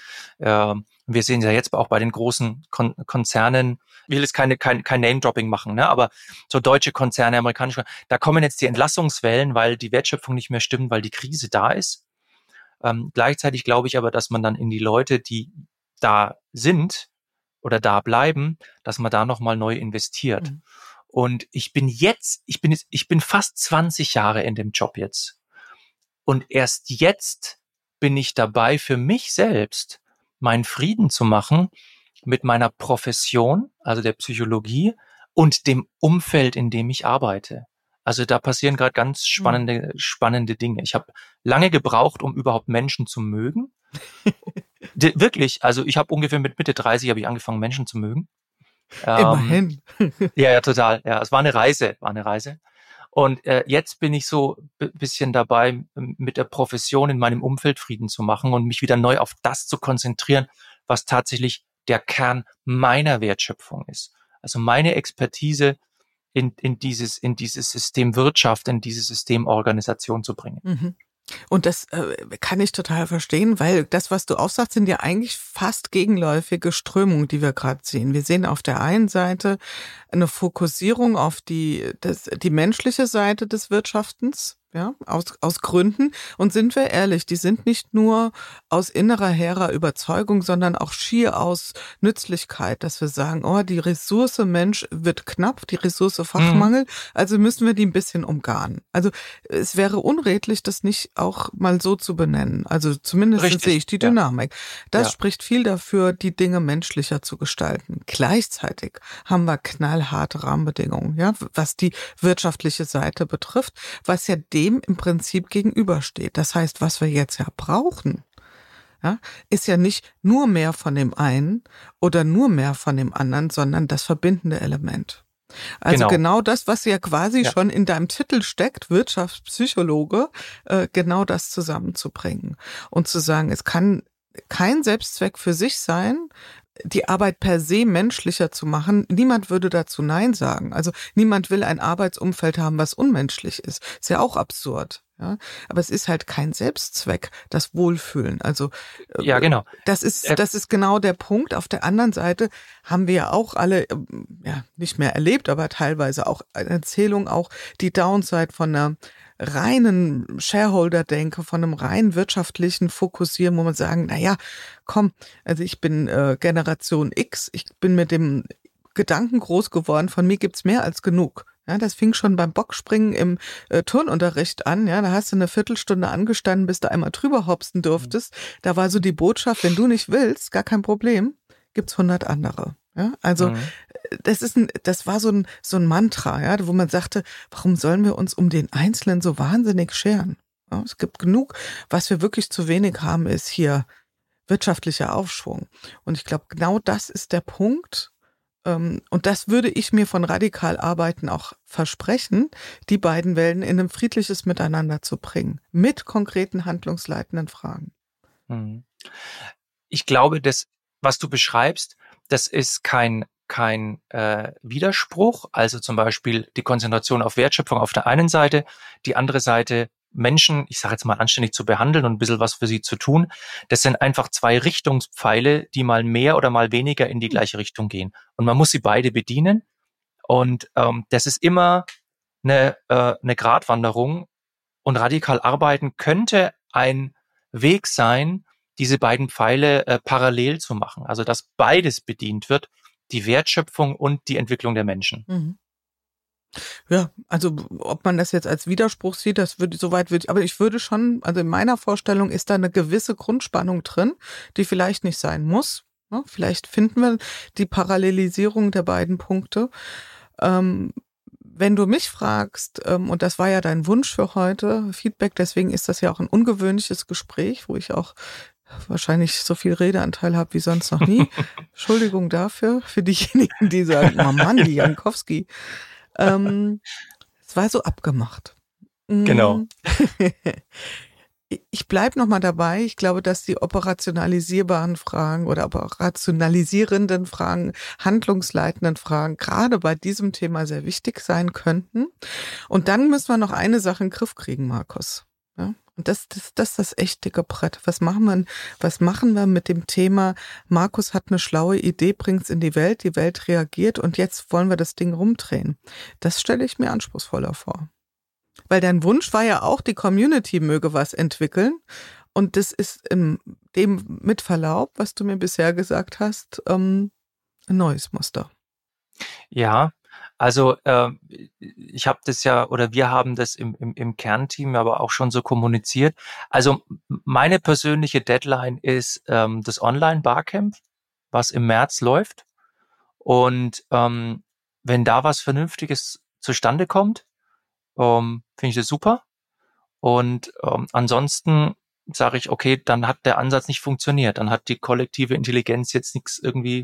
A: Wir sehen ja jetzt auch bei den großen Konzernen, ich will jetzt kein Name-Dropping machen, ne? Aber so deutsche Konzerne, amerikanische, da kommen jetzt die Entlassungswellen, weil die Wertschöpfung nicht mehr stimmt, weil die Krise da ist. Gleichzeitig glaube ich aber, dass man dann in die Leute, die da sind oder da bleiben, dass man da nochmal neu investiert. Mhm. Und ich bin fast 20 Jahre in dem Job jetzt. Und erst jetzt bin ich dabei, für mich selbst meinen Frieden zu machen mit meiner Profession, also der Psychologie und dem Umfeld, in dem ich arbeite. Also da passieren gerade ganz spannende Dinge. Ich habe lange gebraucht, um überhaupt Menschen zu mögen. Wirklich, also ich habe ungefähr mit Mitte 30 habe ich angefangen, Menschen zu mögen.
C: Immerhin.
A: Ja, total. Ja, es war eine Reise. Und jetzt bin ich so ein bisschen dabei, mit der Profession in meinem Umfeld Frieden zu machen und mich wieder neu auf das zu konzentrieren, was tatsächlich der Kern meiner Wertschöpfung ist. Also meine Expertise in dieses System Wirtschaft, in dieses System Organisation zu bringen.
C: Mhm. Und das kann ich total verstehen, weil das, was du aufsagst, sind ja eigentlich fast gegenläufige Strömungen, die wir gerade sehen. Wir sehen auf der einen Seite eine Fokussierung auf die menschliche Seite des Wirtschaftens, ja, aus Gründen. Und sind wir ehrlich, die sind nicht nur aus innerer, hehrer Überzeugung, sondern auch schier aus Nützlichkeit, dass wir sagen, oh, die Ressource Mensch wird knapp, die Ressource Fachmangel, also müssen wir die ein bisschen umgarnen. Also es wäre unredlich, das nicht auch mal so zu benennen. Also zumindest sehe ich die Dynamik. Das spricht viel dafür, die Dinge menschlicher zu gestalten. Gleichzeitig haben wir knallharte Rahmenbedingungen, ja, was die wirtschaftliche Seite betrifft, was ja dem im Prinzip gegenübersteht. Das heißt, was wir jetzt ja brauchen, ja, ist ja nicht nur mehr von dem einen oder nur mehr von dem anderen, sondern das verbindende Element. Also genau das, was ja quasi schon in deinem Titel steckt, Wirtschaftspsychologe, genau das zusammenzubringen und zu sagen, es kann kein Selbstzweck für sich sein, die Arbeit per se menschlicher zu machen. Niemand würde dazu Nein sagen. Also niemand will ein Arbeitsumfeld haben, was unmenschlich ist. Ist ja auch absurd. Ja, aber es ist halt kein Selbstzweck, das Wohlfühlen. Also
A: ja, genau.
C: Das ist genau der Punkt. Auf der anderen Seite haben wir ja auch alle nicht mehr erlebt, aber teilweise auch eine Erzählung, auch die Downside von einer reinen Shareholder-Denke, von einem rein wirtschaftlichen Fokussieren, wo man sagen, naja, komm, also ich bin Generation X, ich bin mit dem Gedanken groß geworden, von mir gibt's mehr als genug. Ja, das fing schon beim Bockspringen im Turnunterricht an. Ja, da hast du eine Viertelstunde angestanden, bis du einmal drüber hopsen durftest. Da war so die Botschaft, wenn du nicht willst, gar kein Problem, gibt's 100 andere. Ja, also das war so ein Mantra, ja, wo man sagte, warum sollen wir uns um den Einzelnen so wahnsinnig scheren? Ja, es gibt genug. Was wir wirklich zu wenig haben, ist hier wirtschaftlicher Aufschwung. Und ich glaube, genau das ist der Punkt. Und das würde ich mir von radikal Arbeiten auch versprechen, die beiden Welten in ein friedliches Miteinander zu bringen, mit konkreten handlungsleitenden Fragen.
A: Ich glaube, das, was du beschreibst, das ist kein Widerspruch. Also zum Beispiel die Konzentration auf Wertschöpfung auf der einen Seite, die andere Seite Menschen, ich sage jetzt mal, anständig zu behandeln und ein bisschen was für sie zu tun. Das sind einfach 2 Richtungspfeile, die mal mehr oder mal weniger in die gleiche Richtung gehen. Und man muss sie beide bedienen. Und das ist immer eine Gratwanderung. Und radikal arbeiten könnte ein Weg sein, diese beiden Pfeile parallel zu machen. Also dass beides bedient wird, die Wertschöpfung und die Entwicklung der Menschen.
C: Mhm. Ja, also ob man das jetzt als Widerspruch sieht, aber ich würde schon, also in meiner Vorstellung ist da eine gewisse Grundspannung drin, die vielleicht nicht sein muss. Ja, vielleicht finden wir die Parallelisierung der beiden Punkte. Wenn du mich fragst, und das war ja dein Wunsch für heute, Feedback, deswegen ist das ja auch ein ungewöhnliches Gespräch, wo ich auch wahrscheinlich so viel Redeanteil habe wie sonst noch nie. Entschuldigung dafür, für diejenigen, die sagen, oh Mann, die Jankowski. Es war so abgemacht.
A: Genau.
C: Ich bleibe nochmal dabei. Ich glaube, dass die operationalisierbaren Fragen oder operationalisierenden Fragen, handlungsleitenden Fragen gerade bei diesem Thema sehr wichtig sein könnten. Und dann müssen wir noch eine Sache in den Griff kriegen, Markus. Ja? Und das ist das echt dicke Brett. Was machen wir mit dem Thema, Markus hat eine schlaue Idee, bringt's in die Welt reagiert und jetzt wollen wir das Ding rumdrehen. Das stelle ich mir anspruchsvoller vor. Weil dein Wunsch war ja auch, die Community möge was entwickeln. Und das ist dem mit Verlaub, was du mir bisher gesagt hast, ein neues Muster.
A: Ja, also ich habe das ja, oder wir haben das im Kernteam aber auch schon so kommuniziert. Also meine persönliche Deadline ist das Online-Barcamp, was im März läuft. Und wenn da was Vernünftiges zustande kommt, finde ich das super. Und ansonsten sage ich, okay, dann hat der Ansatz nicht funktioniert. Dann hat die kollektive Intelligenz jetzt nichts irgendwie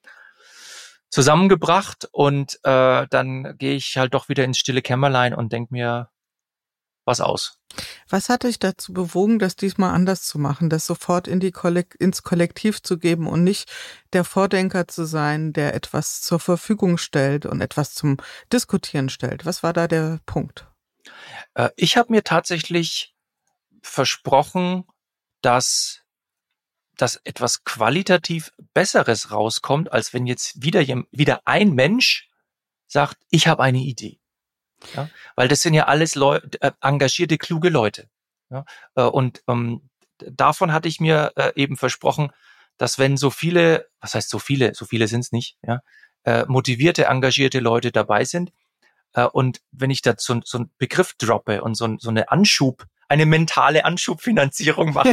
A: zusammengebracht und dann gehe ich halt doch wieder ins stille Kämmerlein und denke mir was aus.
C: Was hat dich dazu bewogen, das diesmal anders zu machen, das sofort ins Kollektiv zu geben und nicht der Vordenker zu sein, der etwas zur Verfügung stellt und etwas zum Diskutieren stellt? Was war da der Punkt?
A: Ich habe mir tatsächlich versprochen, dass etwas qualitativ Besseres rauskommt, als wenn jetzt wieder ein Mensch sagt, ich habe eine Idee. Ja? Weil das sind ja alles engagierte, kluge Leute. Ja? Und davon hatte ich mir eben versprochen, dass wenn so viele, was heißt so viele sind es nicht, ja, motivierte, engagierte Leute dabei sind, und wenn ich da so einen Begriff droppe und so eine mentale Anschubfinanzierung mache.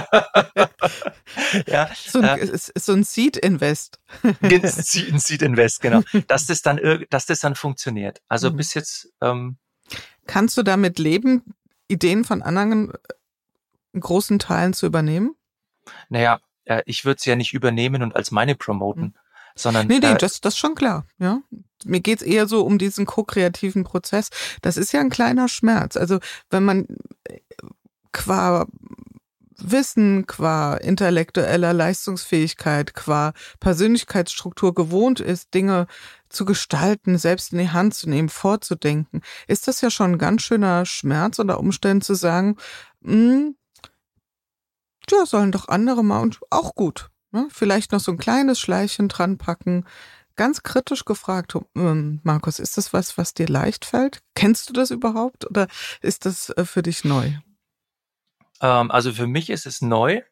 A: Ja,
C: so ein Seed-Invest.
A: Ein Seed-Invest, genau. Dass das dann funktioniert. Also bis jetzt.
C: Kannst du damit leben, Ideen von anderen in großen Teilen zu übernehmen?
A: Naja, ich würde es ja nicht übernehmen und als meine promoten, sondern.
C: Nee, das ist schon klar, ja. Mir geht's eher so um diesen ko-kreativen Prozess. Das ist ja ein kleiner Schmerz. Also wenn man qua Wissen, qua intellektueller Leistungsfähigkeit, qua Persönlichkeitsstruktur gewohnt ist, Dinge zu gestalten, selbst in die Hand zu nehmen, vorzudenken, ist das ja schon ein ganz schöner Schmerz unter Umständen zu sagen, ja, sollen doch andere mal und auch gut. Ne? Vielleicht noch so ein kleines Schleichchen dran packen. Ganz kritisch gefragt, Markus, ist das was dir leicht fällt? Kennst du das überhaupt oder ist das für dich neu?
A: Also für mich ist es neu.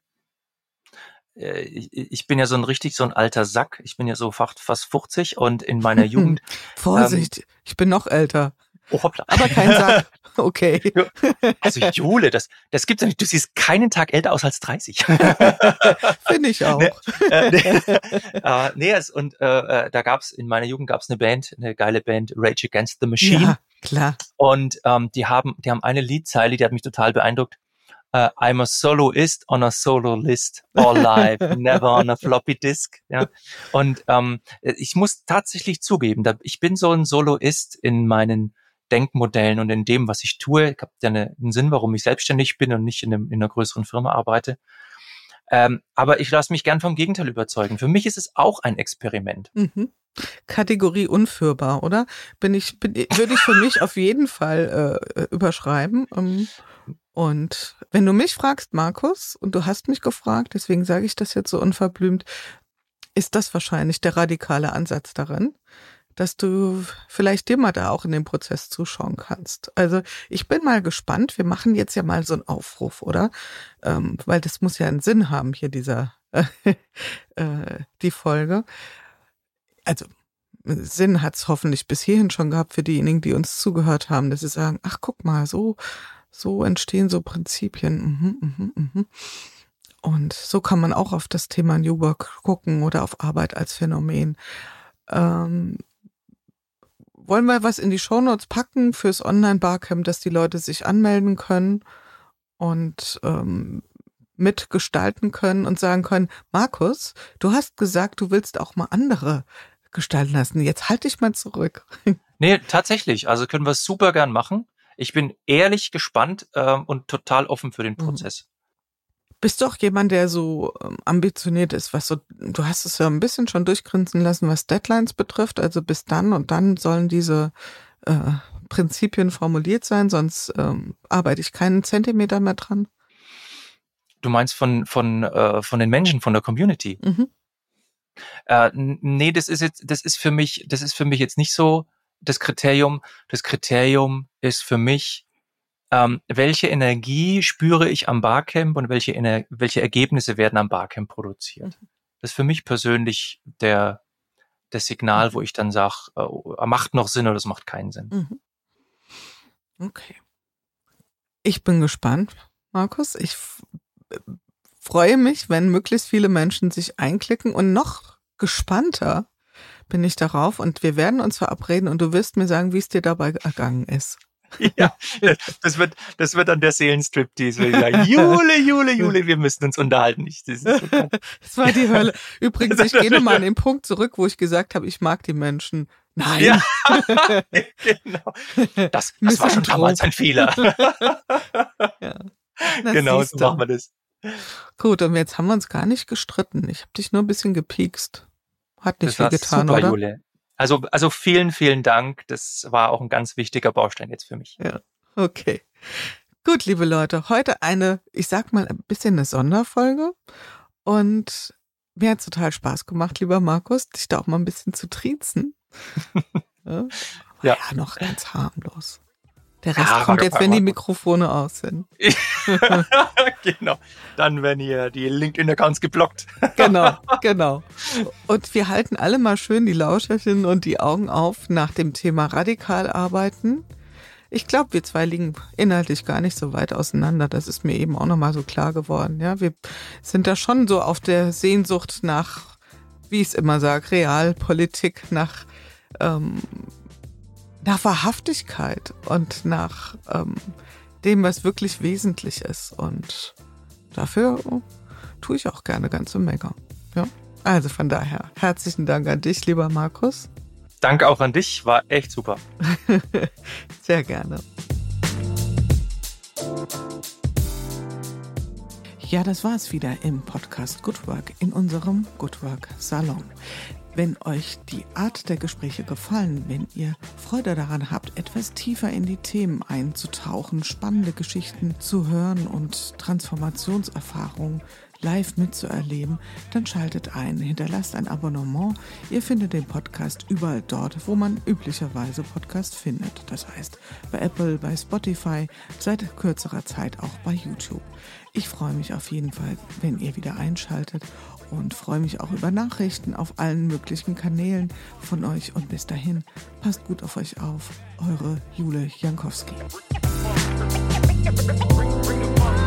A: Ich bin ja so ein alter Sack. Ich bin ja so fast 50 und in meiner Jugend.
C: Vorsicht, ich bin noch älter.
A: Oh, hoppla.
C: Aber kein Sack. Okay.
A: Also Jule, das gibt's ja nicht. Du siehst keinen Tag älter aus als 30.
C: Finde ich auch.
A: Da gab's in meiner Jugend eine Band, eine geile Band, Rage Against the Machine.
C: Ja, klar.
A: Und die haben eine Liedzeile, die hat mich total beeindruckt. I'm a soloist on a solo list, all live, never on a floppy disk. Ja. Und ich muss tatsächlich zugeben, ich bin so ein Soloist in meinen Denkmodellen und in dem, was ich tue. Ich habe ja einen Sinn, warum ich selbstständig bin und nicht in einer größeren Firma arbeite. Aber ich lasse mich gern vom Gegenteil überzeugen. Für mich ist es auch ein Experiment.
C: Mhm. Kategorie unführbar, oder? Würde ich für mich auf jeden Fall überschreiben. Und wenn du mich fragst, Markus, und du hast mich gefragt, deswegen sage ich das jetzt so unverblümt, ist das wahrscheinlich der radikale Ansatz darin, dass du vielleicht dir mal da auch in den Prozess zuschauen kannst. Also ich bin mal gespannt, wir machen jetzt ja mal so einen Aufruf, oder? Weil das muss ja einen Sinn haben, hier die Folge. Also Sinn hat es hoffentlich bis hierhin schon gehabt für diejenigen, die uns zugehört haben, dass sie sagen, ach guck mal, so entstehen so Prinzipien. Und so kann man auch auf das Thema New Work gucken oder auf Arbeit als Phänomen. wollen wir was in die Shownotes packen fürs Online-Barcamp, dass die Leute sich anmelden können und mitgestalten können und sagen können, Markus, du hast gesagt, du willst auch mal andere gestalten lassen. Jetzt halt dich mal zurück.
A: Nee, tatsächlich. Also können wir es super gern machen. Ich bin ehrlich gespannt und total offen für den Prozess.
C: Bist du auch jemand, der so ambitioniert ist, was so, du hast es ja ein bisschen schon durchgrinsen lassen, was Deadlines betrifft, also bis dann und dann sollen diese Prinzipien formuliert sein, sonst arbeite ich keinen Zentimeter mehr dran.
A: Du meinst von den Menschen, von der Community?
C: Mhm.
A: Nee, das ist für mich jetzt nicht so das Kriterium. Das Kriterium ist für mich, welche Energie spüre ich am Barcamp und welche Ergebnisse werden am Barcamp produziert. Das ist für mich persönlich das Signal, wo ich dann sage, macht noch Sinn oder es macht keinen Sinn.
C: Mhm. Okay. Ich bin gespannt, Markus. Ich freue mich, wenn möglichst viele Menschen sich einklicken und noch gespannter bin ich darauf und wir werden uns verabreden und du wirst mir sagen, wie es dir dabei ergangen ist.
A: Ja, das wird dann der Seelenstriptease. Jule, wir müssen uns unterhalten. Das
C: war die Hölle. Übrigens, ich gehe nochmal an den Punkt zurück, wo ich gesagt habe, ich mag die Menschen. Nein.
A: Ja, genau. Das war schon damals ein Fehler.
C: Ja,
A: genau, so machen wir das.
C: Gut, und jetzt haben wir uns gar nicht gestritten. Ich habe dich nur ein bisschen gepiekst. Hat nicht viel getan,
A: super,
C: oder?
A: Jule. Also vielen, vielen Dank. Das war auch ein ganz wichtiger Baustein jetzt für mich.
C: Ja, okay. Gut, liebe Leute, heute ich sag mal, ein bisschen eine Sonderfolge. Und mir hat es total Spaß gemacht, lieber Markus, dich da auch mal ein bisschen zu triezen. Ja, noch ganz harmlos. Der Rest kommt jetzt, wenn die Mikrofone aus sind.
A: Genau. Dann werden hier die LinkedIn-Accounts geblockt.
C: Genau. Und wir halten alle mal schön die Lauscherchen und die Augen auf nach dem Thema radikal arbeiten. Ich glaube, wir zwei liegen inhaltlich gar nicht so weit auseinander. Das ist mir eben auch nochmal so klar geworden. Ja, wir sind da schon so auf der Sehnsucht nach, wie ich es immer sage, Realpolitik, nach Wahrhaftigkeit und nach dem, was wirklich wesentlich ist. Und dafür tue ich auch gerne ganze Menge. Ja? Also von daher, herzlichen Dank an dich, lieber Markus.
A: Danke auch an dich, war echt super.
C: Sehr gerne. Ja, das war es wieder im Podcast Good Work in unserem Good Work Salon. Wenn euch die Art der Gespräche gefallen, wenn ihr Freude daran habt, etwas tiefer in die Themen einzutauchen, spannende Geschichten zu hören und Transformationserfahrungen live mitzuerleben, dann schaltet ein, hinterlasst ein Abonnement. Ihr findet den Podcast überall dort, wo man üblicherweise Podcast findet. Das heißt bei Apple, bei Spotify, seit kürzerer Zeit auch bei YouTube. Ich freue mich auf jeden Fall, wenn ihr wieder einschaltet und freue mich auch über Nachrichten auf allen möglichen Kanälen von euch. Und bis dahin, passt gut auf euch auf. Eure Jule Jankowski.